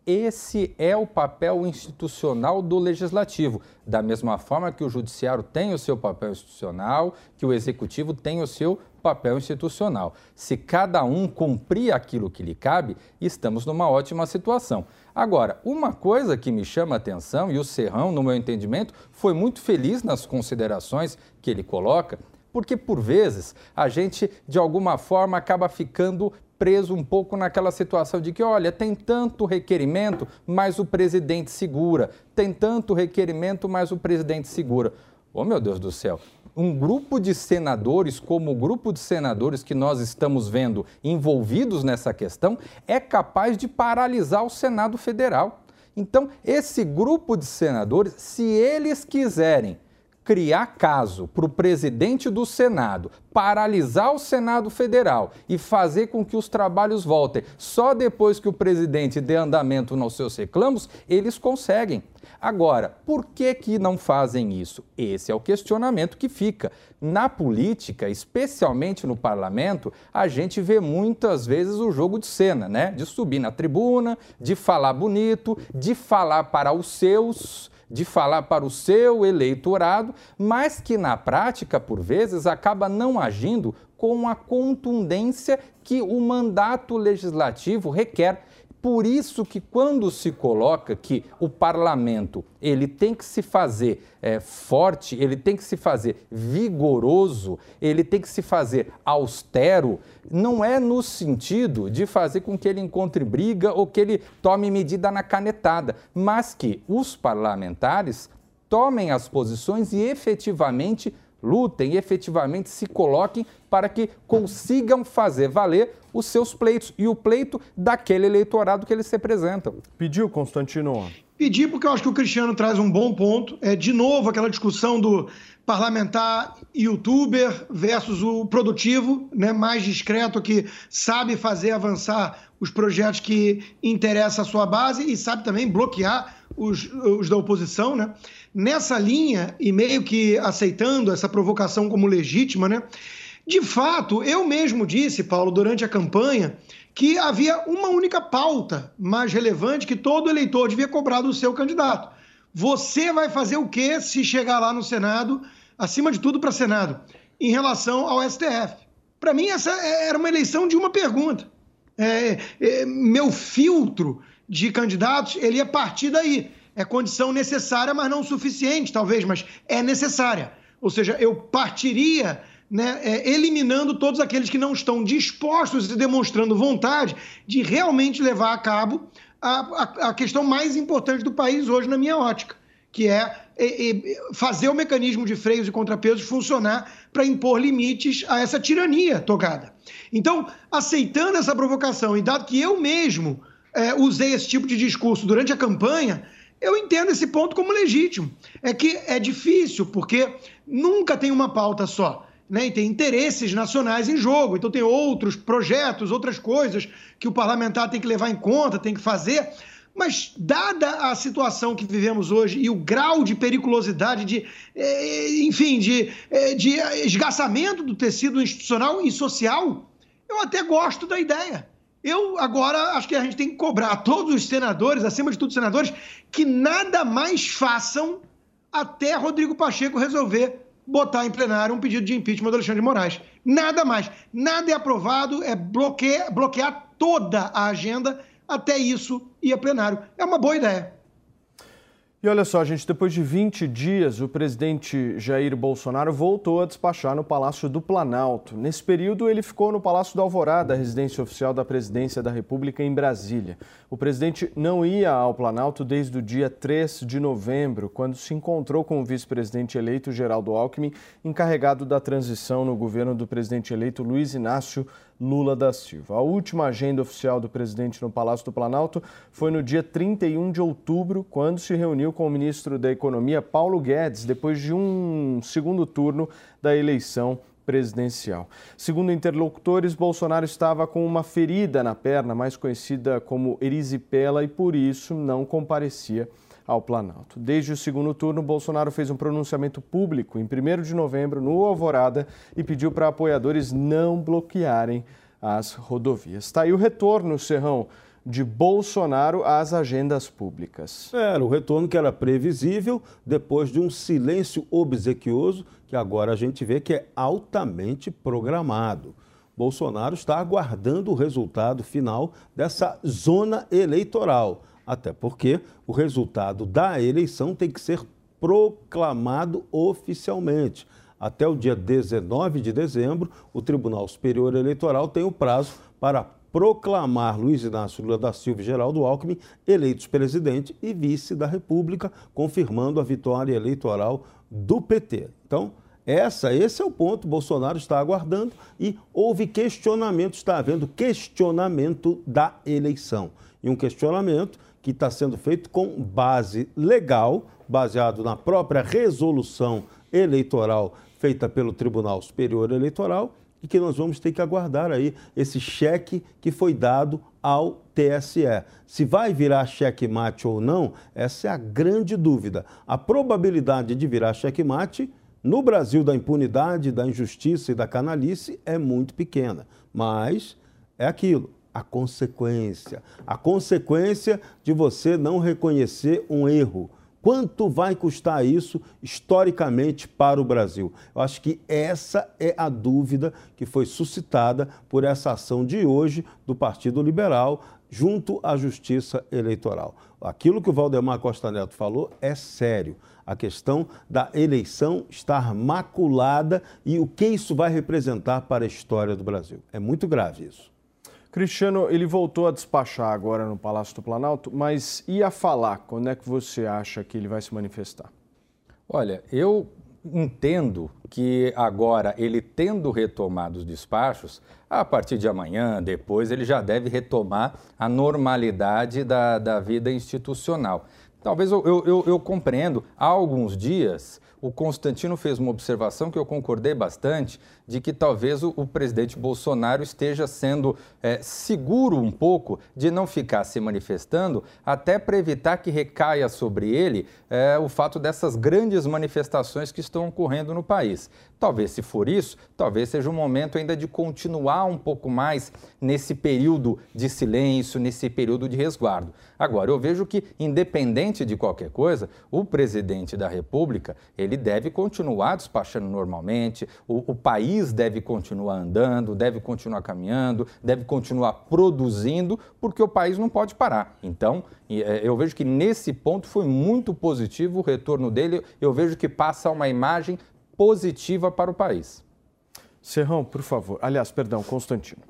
esse é o papel institucional do Legislativo, da mesma forma que o Judiciário tem o seu papel institucional, que o Executivo tem o seu papel institucional. Se cada um cumprir aquilo que lhe cabe, estamos numa ótima situação. Agora, uma coisa que me chama a atenção, e o Serrão, no meu entendimento, foi muito feliz nas considerações que ele coloca, porque, por vezes, a gente, de alguma forma, acaba ficando preso um pouco naquela situação de que, olha, tem tanto requerimento, mas o presidente segura. Tem tanto requerimento, mas o presidente segura. Oh, meu Deus do céu! Um grupo de senadores, como o grupo de senadores que nós estamos vendo envolvidos nessa questão, é capaz de paralisar o Senado Federal. Então, esse grupo de senadores, se eles quiserem criar caso para o presidente do Senado, paralisar o Senado Federal e fazer com que os trabalhos voltem só depois que o presidente dê andamento nos seus reclamos, eles conseguem. Agora, por que que não fazem isso? Esse é o questionamento que fica. Na política, especialmente no parlamento, a gente vê muitas vezes o jogo de cena, né? De subir na tribuna, de falar bonito, de falar para os seus, de falar para o seu eleitorado, mas que na prática, por vezes, acaba não agindo com a contundência que o mandato legislativo requer. Por isso que quando se coloca que o parlamento ele tem que se fazer é, forte, ele tem que se fazer vigoroso, ele tem que se fazer austero, não é no sentido de fazer com que ele encontre briga ou que ele tome medida na canetada, mas que os parlamentares tomem as posições e efetivamente lutem, efetivamente se coloquem para que consigam fazer valer os seus pleitos e o pleito daquele eleitorado que eles representam. Pediu, Constantino? Pedi porque eu acho que o Cristiano traz um bom ponto. É, de novo, aquela discussão do parlamentar youtuber versus o produtivo, né, mais discreto, que sabe fazer avançar os projetos que interessam a sua base e sabe também bloquear os, os da oposição, né? Nessa linha, e meio que aceitando essa provocação como legítima, né? De fato, eu mesmo disse, Paulo, durante a campanha, que havia uma única pauta mais relevante que todo eleitor devia cobrar do seu candidato. Você vai fazer o quê se chegar lá no Senado, acima de tudo para Senado, em relação ao S T F? Para mim, essa era uma eleição de uma pergunta. É, é, meu filtro de candidatos, ele ia partir daí. É condição necessária, mas não suficiente, talvez, mas é necessária. Ou seja, eu partiria, né, é, eliminando todos aqueles que não estão dispostos e demonstrando vontade de realmente levar a cabo a, a, a questão mais importante do país hoje, na minha ótica, que é, é, é fazer o mecanismo de freios e contrapesos funcionar para impor limites a essa tirania togada. Então, aceitando essa provocação, e dado que eu mesmo é, usei esse tipo de discurso durante a campanha, eu entendo esse ponto como legítimo. É que é difícil, porque nunca tem uma pauta só, né? E tem interesses nacionais em jogo. Então tem outros projetos, outras coisas que o parlamentar tem que levar em conta, tem que fazer. Mas, dada a situação que vivemos hoje e o grau de periculosidade, de, enfim, de, de esgaçamento do tecido institucional e social, eu até gosto da ideia. Eu, agora, acho que a gente tem que cobrar a todos os senadores, acima de tudo senadores, que nada mais façam até Rodrigo Pacheco resolver botar em plenário um pedido de impeachment do Alexandre de Moraes. Nada mais. Nada é aprovado, é bloquear, bloquear toda a agenda até isso ir a plenário. É uma boa ideia. E olha só, gente, depois de vinte dias, o presidente Jair Bolsonaro voltou a despachar no Palácio do Planalto. Nesse período, ele ficou no Palácio da Alvorada, a residência oficial da Presidência da República em Brasília. O presidente não ia ao Planalto desde o dia três de novembro, quando se encontrou com o vice-presidente eleito Geraldo Alckmin, encarregado da transição no governo do presidente eleito Luiz Inácio Lula da Silva. A última agenda oficial do presidente no Palácio do Planalto foi no dia trinta e um de outubro, quando se reuniu com o ministro da Economia, Paulo Guedes, depois de um segundo turno da eleição presidencial. Segundo interlocutores, Bolsonaro estava com uma ferida na perna, mais conhecida como erisipela, e por isso não comparecia ao Planalto. Desde o segundo turno, Bolsonaro fez um pronunciamento público em primeiro de novembro no Alvorada e pediu para apoiadores não bloquearem as rodovias. Está aí o retorno, Serrão, de Bolsonaro às agendas públicas. Era o retorno que era previsível depois de um silêncio obsequioso que agora a gente vê que é altamente programado. Bolsonaro está aguardando o resultado final dessa zona eleitoral, até porque o resultado da eleição tem que ser proclamado oficialmente. Até o dia dezenove de dezembro, o Tribunal Superior Eleitoral tem o prazo para proclamar Luiz Inácio Lula da Silva e Geraldo Alckmin eleitos presidente e vice da República, confirmando a vitória eleitoral do P T. Então, essa, esse é o ponto, Bolsonaro está aguardando e houve questionamento, está havendo questionamento da eleição. E um questionamento que está sendo feito com base legal, baseado na própria resolução eleitoral feita pelo Tribunal Superior Eleitoral, e que nós vamos ter que aguardar aí esse cheque que foi dado ao T S E. Se vai virar cheque-mate ou não, essa é a grande dúvida. A probabilidade de virar cheque-mate no Brasil da impunidade, da injustiça e da canalice é muito pequena, mas é aquilo, a consequência. A consequência de você não reconhecer um erro. Quanto vai custar isso historicamente para o Brasil? Eu acho que essa é a dúvida que foi suscitada por essa ação de hoje do Partido Liberal junto à Justiça Eleitoral. Aquilo que o Valdemar Costa Neto falou é sério. A questão da eleição estar maculada e o que isso vai representar para a história do Brasil. É muito grave isso. Cristiano, ele voltou a despachar agora no Palácio do Planalto, mas ia falar, quando é que você acha que ele vai se manifestar? Olha, eu entendo que agora, ele tendo retomado os despachos, a partir de amanhã, depois, ele já deve retomar a normalidade da, da vida institucional. Talvez eu, eu, eu, eu compreendo, há alguns dias o Constantino fez uma observação que eu concordei bastante, de que talvez o, o presidente Bolsonaro esteja sendo é, seguro um pouco de não ficar se manifestando, até para evitar que recaia sobre ele é, o fato dessas grandes manifestações que estão ocorrendo no país. Talvez, se for isso, talvez seja um momento ainda de continuar um pouco mais nesse período de silêncio, nesse período de resguardo. Agora, eu vejo que, independente de qualquer coisa, o presidente da República, ele deve continuar despachando normalmente, o, o país deve continuar andando, deve continuar caminhando, deve continuar produzindo, porque o país não pode parar. Então, eu vejo que nesse ponto foi muito positivo o retorno dele, eu vejo que passa uma imagem positiva para o país. Serrão, por favor. Aliás, perdão, Constantino.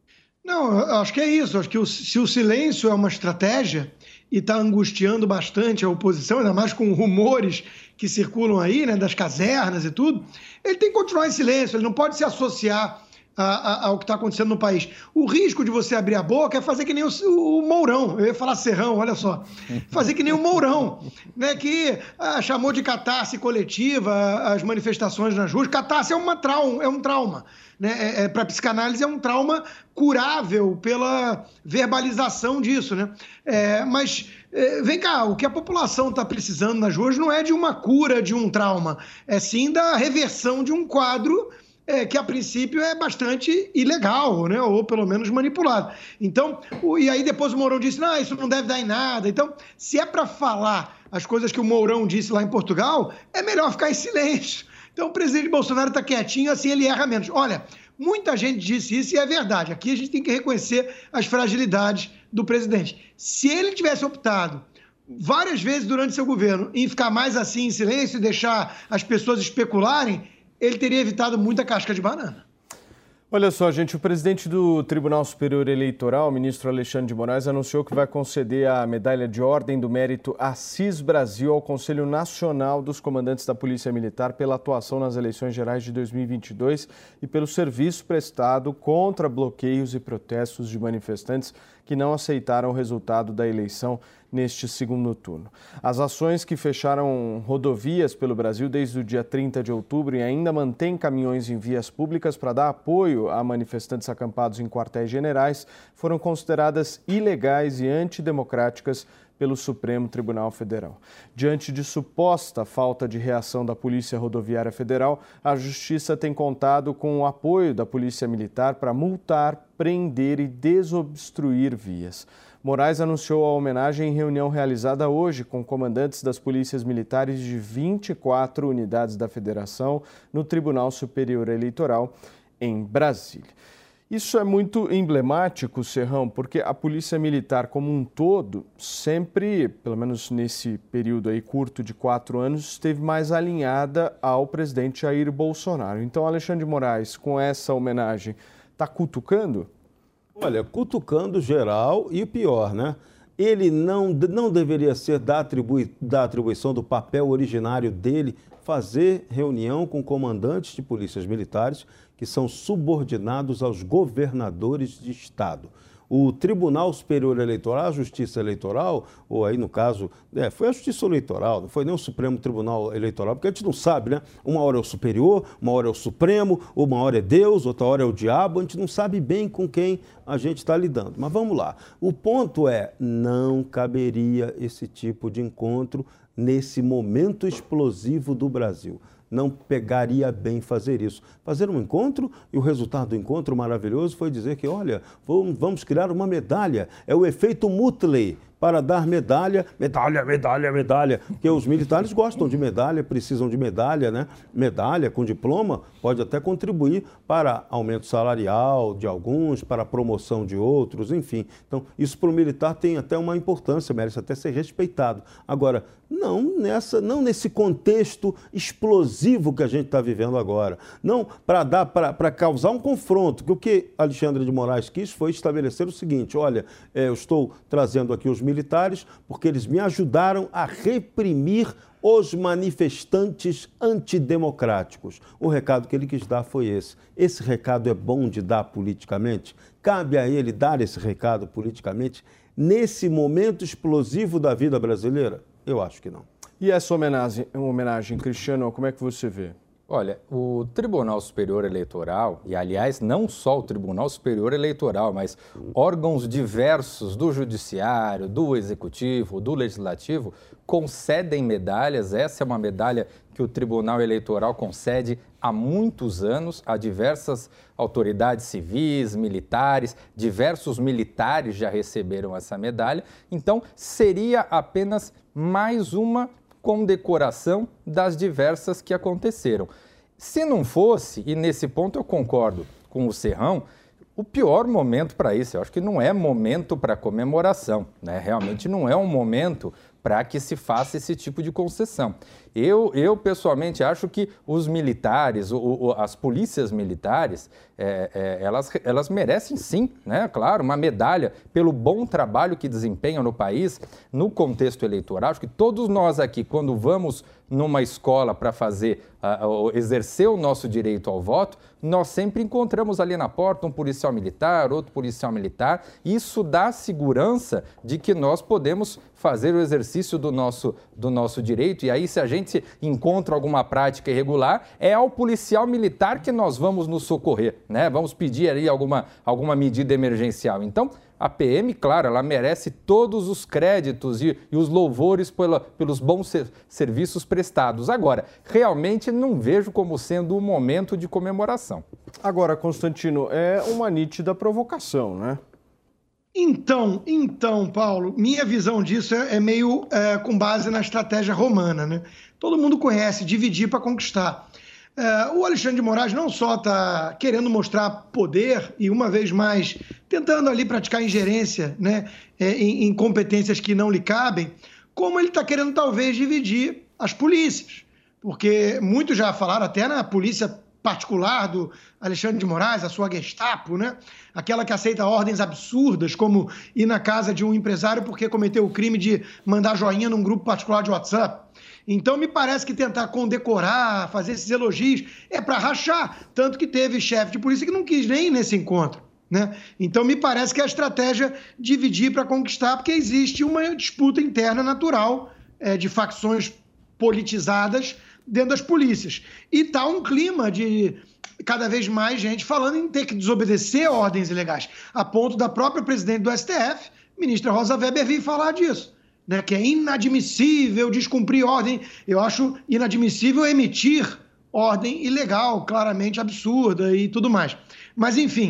Não, acho que é isso. Acho que o, se o silêncio é uma estratégia e está angustiando bastante a oposição, ainda mais com rumores que circulam aí, né, das casernas e tudo, ele tem que continuar em silêncio, ele não pode se associar a, a, ao que está acontecendo no país. O risco de você abrir a boca é fazer que nem o, o Mourão, eu ia falar Serrão, olha só, fazer que nem o Mourão, né, que ah, chamou de catarse coletiva as manifestações nas ruas. Catarse é, uma trau, é um trauma. Né, é, é, para a psicanálise é um trauma curável pela verbalização disso, né? É, mas é, vem cá, o que a população está precisando nas ruas não é de uma cura de um trauma, é sim da reversão de um quadro é, que a princípio é bastante ilegal, né? Ou pelo menos manipulado. Então, o, e aí depois o Mourão disse, não, isso não deve dar em nada. Então, se é para falar as coisas que o Mourão disse lá em Portugal, é melhor ficar em silêncio. Então, o presidente Bolsonaro está quietinho, assim ele erra menos. Olha, muita gente disse isso e é verdade. Aqui a gente tem que reconhecer as fragilidades do presidente. Se ele tivesse optado várias vezes durante seu governo em ficar mais assim em silêncio e deixar as pessoas especularem, ele teria evitado muita casca de banana. Olha só, gente, o presidente do Tribunal Superior Eleitoral, o ministro Alexandre de Moraes, anunciou que vai conceder a medalha de Ordem do Mérito Assis Brasil ao Conselho Nacional dos Comandantes da Polícia Militar pela atuação nas eleições gerais de dois mil e vinte e dois e pelo serviço prestado contra bloqueios e protestos de manifestantes que não aceitaram o resultado da eleição neste segundo turno. As ações que fecharam rodovias pelo Brasil desde o dia trinta de outubro e ainda mantêm caminhões em vias públicas para dar apoio a manifestantes acampados em quartéis generais foram consideradas ilegais e antidemocráticas pelo Supremo Tribunal Federal. Diante de suposta falta de reação da Polícia Rodoviária Federal, a Justiça tem contado com o apoio da Polícia Militar para multar, prender e desobstruir vias. Moraes anunciou a homenagem em reunião realizada hoje com comandantes das polícias militares de vinte e quatro unidades da Federação no Tribunal Superior Eleitoral em Brasília. Isso é muito emblemático, Serrão, porque a Polícia Militar como um todo sempre, pelo menos nesse período aí curto de quatro anos, esteve mais alinhada ao presidente Jair Bolsonaro. Então, Alexandre de Moraes, com essa homenagem, está cutucando? Olha, cutucando geral e pior, né? Ele não, não deveria ser da, atribui, da atribuição do papel originário dele fazer reunião com comandantes de polícias militares que são subordinados aos governadores de estado. O Tribunal Superior Eleitoral, a Justiça Eleitoral, ou aí no caso, é, foi a Justiça Eleitoral, não foi nem o Supremo Tribunal Eleitoral, porque a gente não sabe, né? Uma hora é o superior, uma hora é o Supremo, uma hora é Deus, outra hora é o diabo, a gente não sabe bem com quem a gente está lidando. Mas vamos lá. O ponto é, não caberia esse tipo de encontro nesse momento explosivo do Brasil. Não pegaria bem fazer isso. Fazer um encontro e o resultado do encontro maravilhoso foi dizer que, olha, vamos criar uma medalha. É o efeito Mutley para dar medalha, medalha, medalha, medalha. Porque os militares gostam de medalha, precisam de medalha, né? Medalha com diploma pode até contribuir para aumento salarial de alguns, para a promoção de outros, enfim. Então, isso para o militar tem até uma importância, merece até ser respeitado. Agora, não, nessa, não nesse contexto explosivo que a gente está vivendo agora. Não para dar, para causar um confronto. Que o que Alexandre de Moraes quis foi estabelecer o seguinte: olha, é, eu estou trazendo aqui os militares porque eles me ajudaram a reprimir os manifestantes antidemocráticos. O recado que ele quis dar foi esse. Esse recado é bom de dar politicamente? Cabe a ele dar esse recado politicamente nesse momento explosivo da vida brasileira? Eu acho que não. E essa homenagem, homenagem, Cristiano, como é que você vê? Olha, o Tribunal Superior Eleitoral, e aliás, não só o Tribunal Superior Eleitoral, mas órgãos diversos do Judiciário, do Executivo, do Legislativo, concedem medalhas. Essa é uma medalha que o Tribunal Eleitoral concede há muitos anos a diversas autoridades civis, militares, diversos militares já receberam essa medalha. Então, seria apenas mais uma condecoração das diversas que aconteceram. Se não fosse, e nesse ponto eu concordo com o Serrão, o pior momento para isso, eu acho que não é momento para comemoração, né? Realmente não é um momento para que se faça esse tipo de concessão. Eu, eu pessoalmente, acho que os militares, o, o, as polícias militares, é, é, elas, elas merecem sim, né? Claro, uma medalha pelo bom trabalho que desempenham no país, no contexto eleitoral. Acho que todos nós aqui, quando vamos numa escola para fazer, uh, exercer o nosso direito ao voto, nós sempre encontramos ali na porta um policial militar, outro policial militar. Isso dá segurança de que nós podemos fazer o exercício do nosso, do nosso direito. E aí, se a gente encontra alguma prática irregular, é ao policial militar que nós vamos nos socorrer, né? Vamos pedir ali alguma, alguma medida emergencial. Então, a P M, claro, ela merece todos os créditos e, e os louvores pela, pelos bons ser, serviços prestados. Agora, realmente não vejo como sendo um momento de comemoração. Agora, Constantino, é uma nítida provocação, né? Então, então, Paulo, minha visão disso é, é meio é, com base na estratégia romana, né? Todo mundo conhece, dividir para conquistar. É, o Alexandre de Moraes não só está querendo mostrar poder e, uma vez mais, tentando ali praticar ingerência, né, é, em, em competências que não lhe cabem, como ele está querendo, talvez, dividir as polícias. Porque muitos já falaram, até na polícia particular do Alexandre de Moraes, a sua Gestapo, né? Aquela que aceita ordens absurdas, como ir na casa de um empresário porque cometeu o crime de mandar joinha num grupo particular de WhatsApp. Então, me parece que tentar condecorar, fazer esses elogios, é para rachar. Tanto que teve chefe de polícia que não quis nem ir nesse encontro, né? Então, me parece que é a estratégia dividir para conquistar, porque existe uma disputa interna natural é, de facções politizadas dentro das polícias. E está um clima de cada vez mais gente falando em ter que desobedecer ordens ilegais, a ponto da própria presidente do S T F, ministra Rosa Weber, vir falar disso, né? Que é inadmissível descumprir ordem. Eu acho inadmissível emitir ordem ilegal, claramente absurda e tudo mais. Mas, enfim,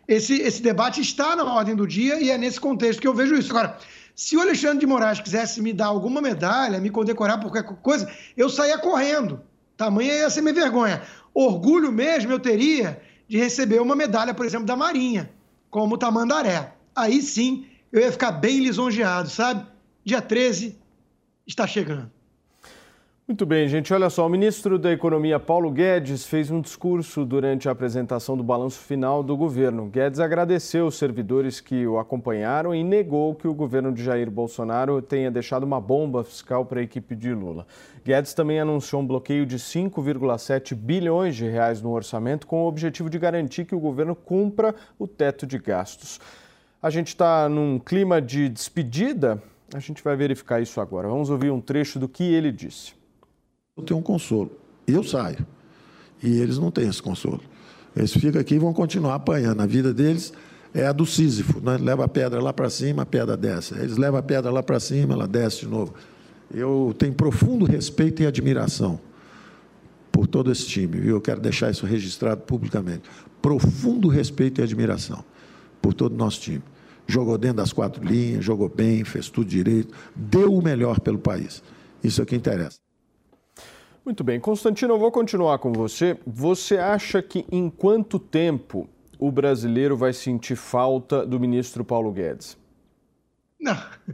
esse, esse debate está na ordem do dia e é nesse contexto que eu vejo isso. Agora, se o Alexandre de Moraes quisesse me dar alguma medalha, me condecorar por qualquer coisa, eu saía correndo. Tamanha ia ser minha vergonha. Orgulho mesmo eu teria de receber uma medalha, por exemplo, da Marinha, como o Tamandaré. Aí sim eu ia ficar bem lisonjeado, sabe? Dia treze está chegando. Muito bem, gente. Olha só, o ministro da Economia, Paulo Guedes, fez um discurso durante a apresentação do balanço final do governo. Guedes agradeceu os servidores que o acompanharam e negou que o governo de Jair Bolsonaro tenha deixado uma bomba fiscal para a equipe de Lula. Guedes também anunciou um bloqueio de cinco vírgula sete bilhões de reais no orçamento com o objetivo de garantir que o governo cumpra o teto de gastos. A gente está num clima de despedida, a gente vai verificar isso agora. Vamos ouvir um trecho do que ele disse. Eu tenho um consolo. Eu saio. E eles não têm esse consolo. Eles ficam aqui e vão continuar apanhando. A vida deles é a do Sísifo, né? Leva a pedra lá para cima, a pedra desce. Eles levam a pedra lá para cima, ela desce de novo. Eu tenho profundo respeito e admiração por todo esse time, viu? Eu quero deixar isso registrado publicamente. Profundo respeito e admiração por todo o nosso time. Jogou dentro das quatro linhas, jogou bem, fez tudo direito, deu o melhor pelo país. Isso é o que interessa. Muito bem. Constantino, eu vou continuar com você. Você acha que em quanto tempo o brasileiro vai sentir falta do ministro Paulo Guedes? Não.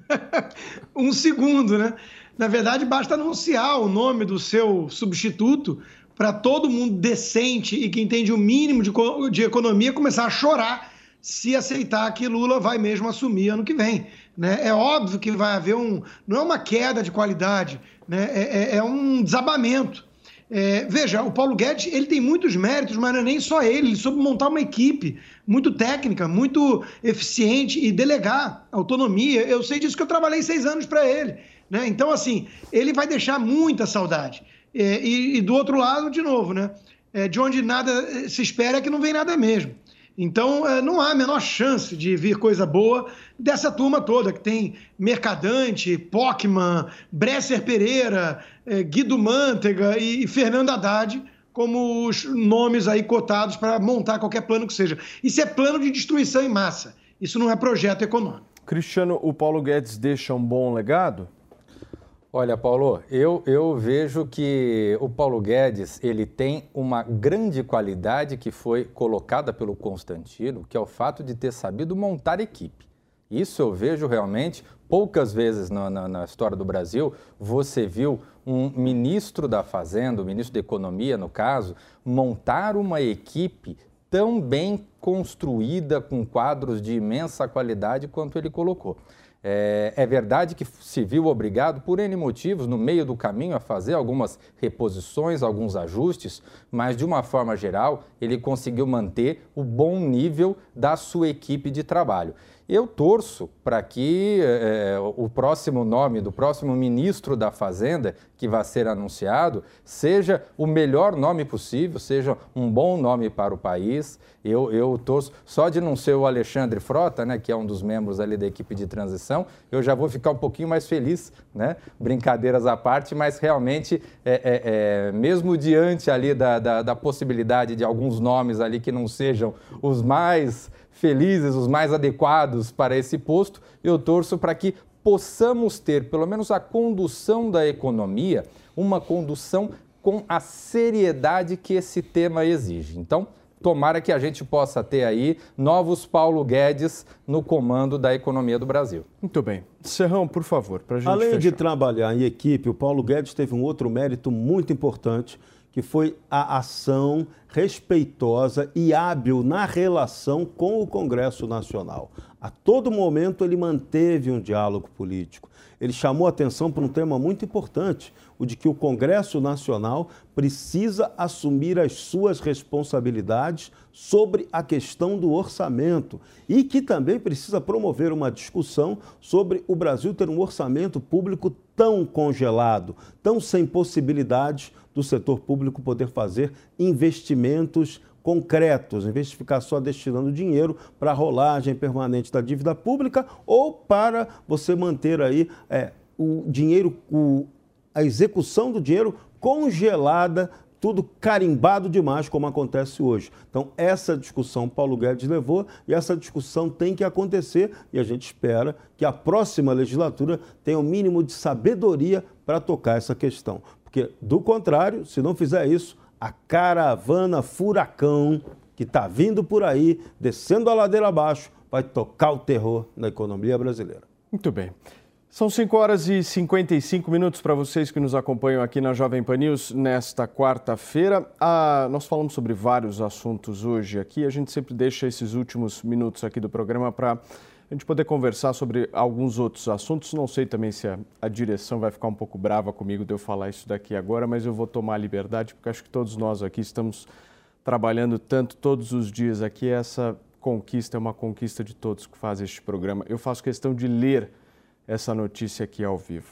Um segundo, né? Na verdade, basta anunciar o nome do seu substituto para todo mundo decente e que entende o mínimo de, de economia começar a chorar se aceitar que Lula vai mesmo assumir ano que vem. Né? É óbvio que vai haver um... Não é uma queda de qualidade, né? é, é, é um desabamento. É, veja, o Paulo Guedes ele tem muitos méritos, mas não é nem só ele. Ele soube montar uma equipe muito técnica, muito eficiente e delegar autonomia. Eu sei disso que eu trabalhei seis anos para ele. Né? Então, assim, ele vai deixar muita saudade. É, e, e do outro lado, de novo, né? É, de onde nada se espera é que não vem nada mesmo. Então, não há a menor chance de vir coisa boa dessa turma toda, que tem Mercadante, Pockmann, Bresser Pereira, Guido Mantega e Fernando Haddad como os nomes aí cotados para montar qualquer plano que seja. Isso é plano de destruição em massa. Isso não é projeto econômico. Cristiano, o Paulo Guedes deixa um bom legado? Olha, Paulo, eu, eu vejo que o Paulo Guedes ele tem uma grande qualidade que foi colocada pelo Constantino, que é o fato de ter sabido montar equipe. Isso eu vejo realmente, poucas vezes na, na, na história do Brasil, você viu um ministro da Fazenda, o ministro da Economia, no caso, montar uma equipe tão bem construída, com quadros de imensa qualidade quanto ele colocou. É, é verdade que se viu obrigado, por N motivos, no meio do caminho, a fazer algumas reposições, alguns ajustes, mas, de uma forma geral, ele conseguiu manter o bom nível da sua equipe de trabalho. Eu torço para que é, o próximo nome do próximo ministro da Fazenda, que vai ser anunciado, seja o melhor nome possível, seja um bom nome para o país. Eu, eu torço, só de não ser o Alexandre Frota, né, que é um dos membros ali da equipe de transição, eu já vou ficar um pouquinho mais feliz, né? Brincadeiras à parte, mas realmente, é, é, é, mesmo diante ali da, da, da possibilidade de alguns nomes ali que não sejam os mais felizes, os mais adequados para esse posto, eu torço para que possamos ter, pelo menos a condução da economia, uma condução com a seriedade que esse tema exige. Então, tomara que a gente possa ter aí novos Paulo Guedes no comando da economia do Brasil. Muito bem. Serrão, por favor, para a gente Além fechar. de trabalhar em equipe, o Paulo Guedes teve um outro mérito muito importante, que foi a ação respeitosa e hábil na relação com o Congresso Nacional. A todo momento ele manteve um diálogo político. Ele chamou atenção para um tema muito importante, o de que o Congresso Nacional precisa assumir as suas responsabilidades sobre a questão do orçamento e que também precisa promover uma discussão sobre o Brasil ter um orçamento público tão congelado, tão sem possibilidades do setor público poder fazer investimentos concretos, em vez de ficar só destinando dinheiro para a rolagem permanente da dívida pública ou para você manter aí é, o dinheiro, o, a execução do dinheiro congelada tudo carimbado demais, como acontece hoje. Então, essa discussão Paulo Guedes levou e essa discussão tem que acontecer e a gente espera que a próxima legislatura tenha o mínimo de sabedoria para tocar essa questão. Porque, do contrário, se não fizer isso, a caravana furacão que está vindo por aí, descendo a ladeira abaixo, vai tocar o terror na economia brasileira. Muito bem. São cinco horas e cinquenta e cinco minutos para vocês que nos acompanham aqui na Jovem Pan News nesta quarta-feira. Ah, nós falamos sobre vários assuntos hoje aqui. A gente sempre deixa esses últimos minutos aqui do programa para a gente poder conversar sobre alguns outros assuntos. Não sei também se a, a direção vai ficar um pouco brava comigo de eu falar isso daqui agora, mas eu vou tomar a liberdade, porque acho que todos nós aqui estamos trabalhando tanto todos os dias aqui. Essa conquista é uma conquista de todos que fazem este programa. Eu faço questão de ler essa notícia aqui ao vivo.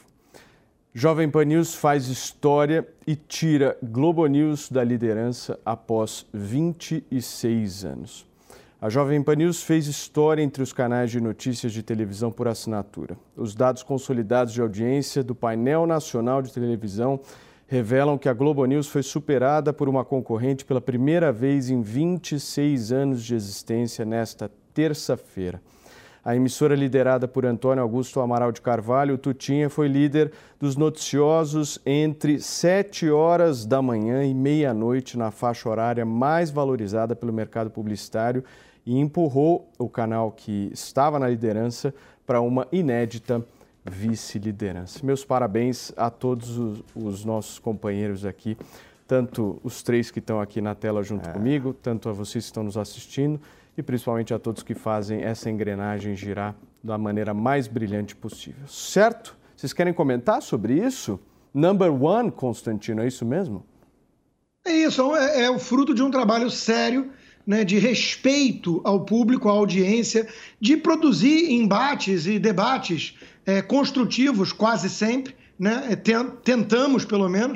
Jovem Pan News faz história e tira Globo News da liderança após vinte e seis anos. A Jovem Pan News fez história entre os canais de notícias de televisão por assinatura. Os dados consolidados de audiência do painel nacional de televisão revelam que a Globo News foi superada por uma concorrente pela primeira vez em vinte e seis anos de existência nesta terça-feira. A emissora liderada por Antônio Augusto Amaral de Carvalho, Tutinha, foi líder dos noticiosos entre sete horas da manhã e meia-noite na faixa horária mais valorizada pelo mercado publicitário e empurrou o canal que estava na liderança para uma inédita vice-liderança. Meus parabéns a todos os, os nossos companheiros aqui, tanto os três que estão aqui na tela junto é. comigo, tanto a vocês que estão nos assistindo, e principalmente a todos que fazem essa engrenagem girar da maneira mais brilhante possível. Certo? Vocês querem comentar sobre isso? Number one, Constantino, é isso mesmo? É isso, é, é o fruto de um trabalho sério, né, de respeito ao público, à audiência, de produzir embates e debates é, construtivos quase sempre, né, tentamos pelo menos,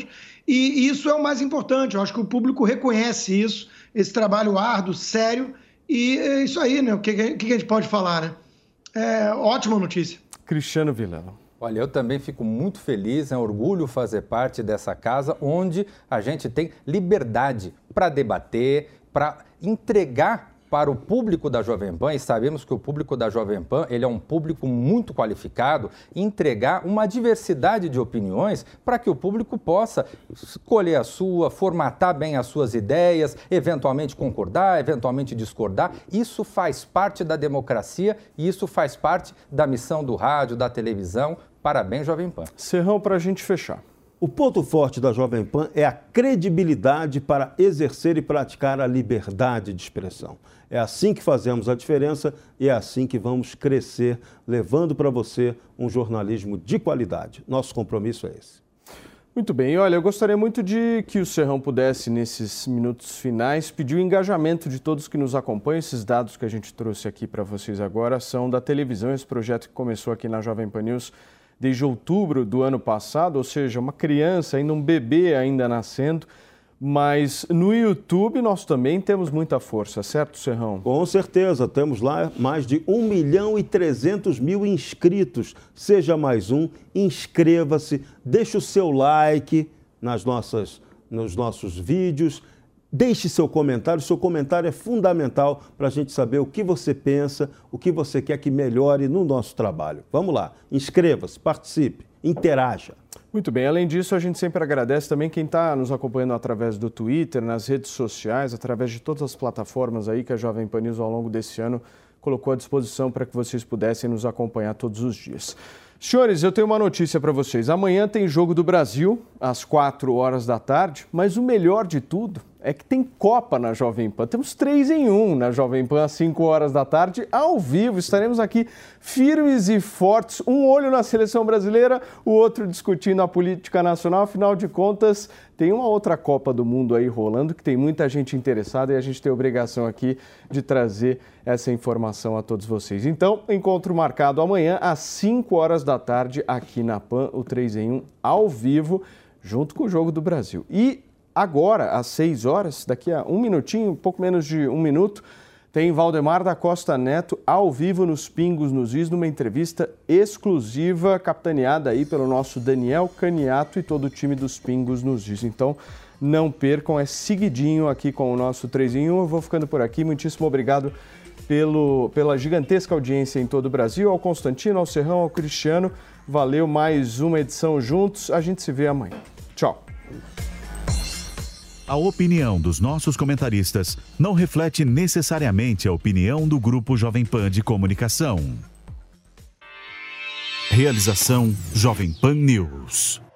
e isso é o mais importante. Eu acho que o público reconhece isso, esse trabalho árduo, sério. E é isso aí, né? O que, que, que a gente pode falar, né? É, ótima notícia. Cristiano Vilela. Olha, eu também fico muito feliz, é um orgulho fazer parte dessa casa onde a gente tem liberdade para debater, para entregar para o público da Jovem Pan, e sabemos que o público da Jovem Pan ele é um público muito qualificado, entregar uma diversidade de opiniões para que o público possa escolher a sua, formatar bem as suas ideias, eventualmente concordar, eventualmente discordar. Isso faz parte da democracia e isso faz parte da missão do rádio, da televisão. Parabéns, Jovem Pan. Serrão, para a gente fechar. O ponto forte da Jovem Pan é a credibilidade para exercer e praticar a liberdade de expressão. É assim que fazemos a diferença e é assim que vamos crescer, levando para você um jornalismo de qualidade. Nosso compromisso é esse. Muito bem. Olha, eu gostaria muito de que o Serrão pudesse, nesses minutos finais, pedir o engajamento de todos que nos acompanham. Esses dados que a gente trouxe aqui para vocês agora são da televisão, esse projeto que começou aqui na Jovem Pan News desde outubro do ano passado, ou seja, uma criança, ainda um bebê ainda nascendo, mas no YouTube nós também temos muita força, certo, Serrão? Com certeza, temos lá mais de um milhão e trezentos mil inscritos. Seja mais um, inscreva-se, deixe o seu like nas nossas, nos nossos vídeos, deixe seu comentário, seu comentário é fundamental para a gente saber o que você pensa, o que você quer que melhore no nosso trabalho. Vamos lá, inscreva-se, participe, interaja. Muito bem, além disso a gente sempre agradece também quem está nos acompanhando através do Twitter, nas redes sociais, através de todas as plataformas aí que a Jovem Pan News ao longo desse ano colocou à disposição para que vocês pudessem nos acompanhar todos os dias. Senhores, eu tenho uma notícia para vocês. Amanhã tem Jogo do Brasil, às quatro horas da tarde, mas o melhor de tudo é que tem Copa na Jovem Pan. Temos três em um na Jovem Pan, às cinco horas da tarde, ao vivo. Estaremos aqui firmes e fortes, um olho na seleção brasileira, o outro discutindo a política nacional. Afinal de contas, tem uma outra Copa do Mundo aí rolando, que tem muita gente interessada e a gente tem a obrigação aqui de trazer essa informação a todos vocês. Então, encontro marcado amanhã, às cinco horas da tarde, aqui na Pan, o três em um, ao vivo, junto com o Jogo do Brasil. E agora, às seis horas, daqui a um minutinho, um pouco menos de um minuto, tem Valdemar da Costa Neto ao vivo nos Pingos nos Is, numa entrevista exclusiva, capitaneada aí pelo nosso Daniel Caniato e todo o time dos Pingos nos Is. Então, não percam, é seguidinho aqui com o nosso três em um. Eu vou ficando por aqui, muitíssimo obrigado pelo, pela gigantesca audiência em todo o Brasil, ao Constantino, ao Serrão, ao Cristiano. Valeu, mais uma edição juntos, a gente se vê amanhã. Tchau. A opinião dos nossos comentaristas não reflete necessariamente a opinião do Grupo Jovem Pan de Comunicação. Realização Jovem Pan News.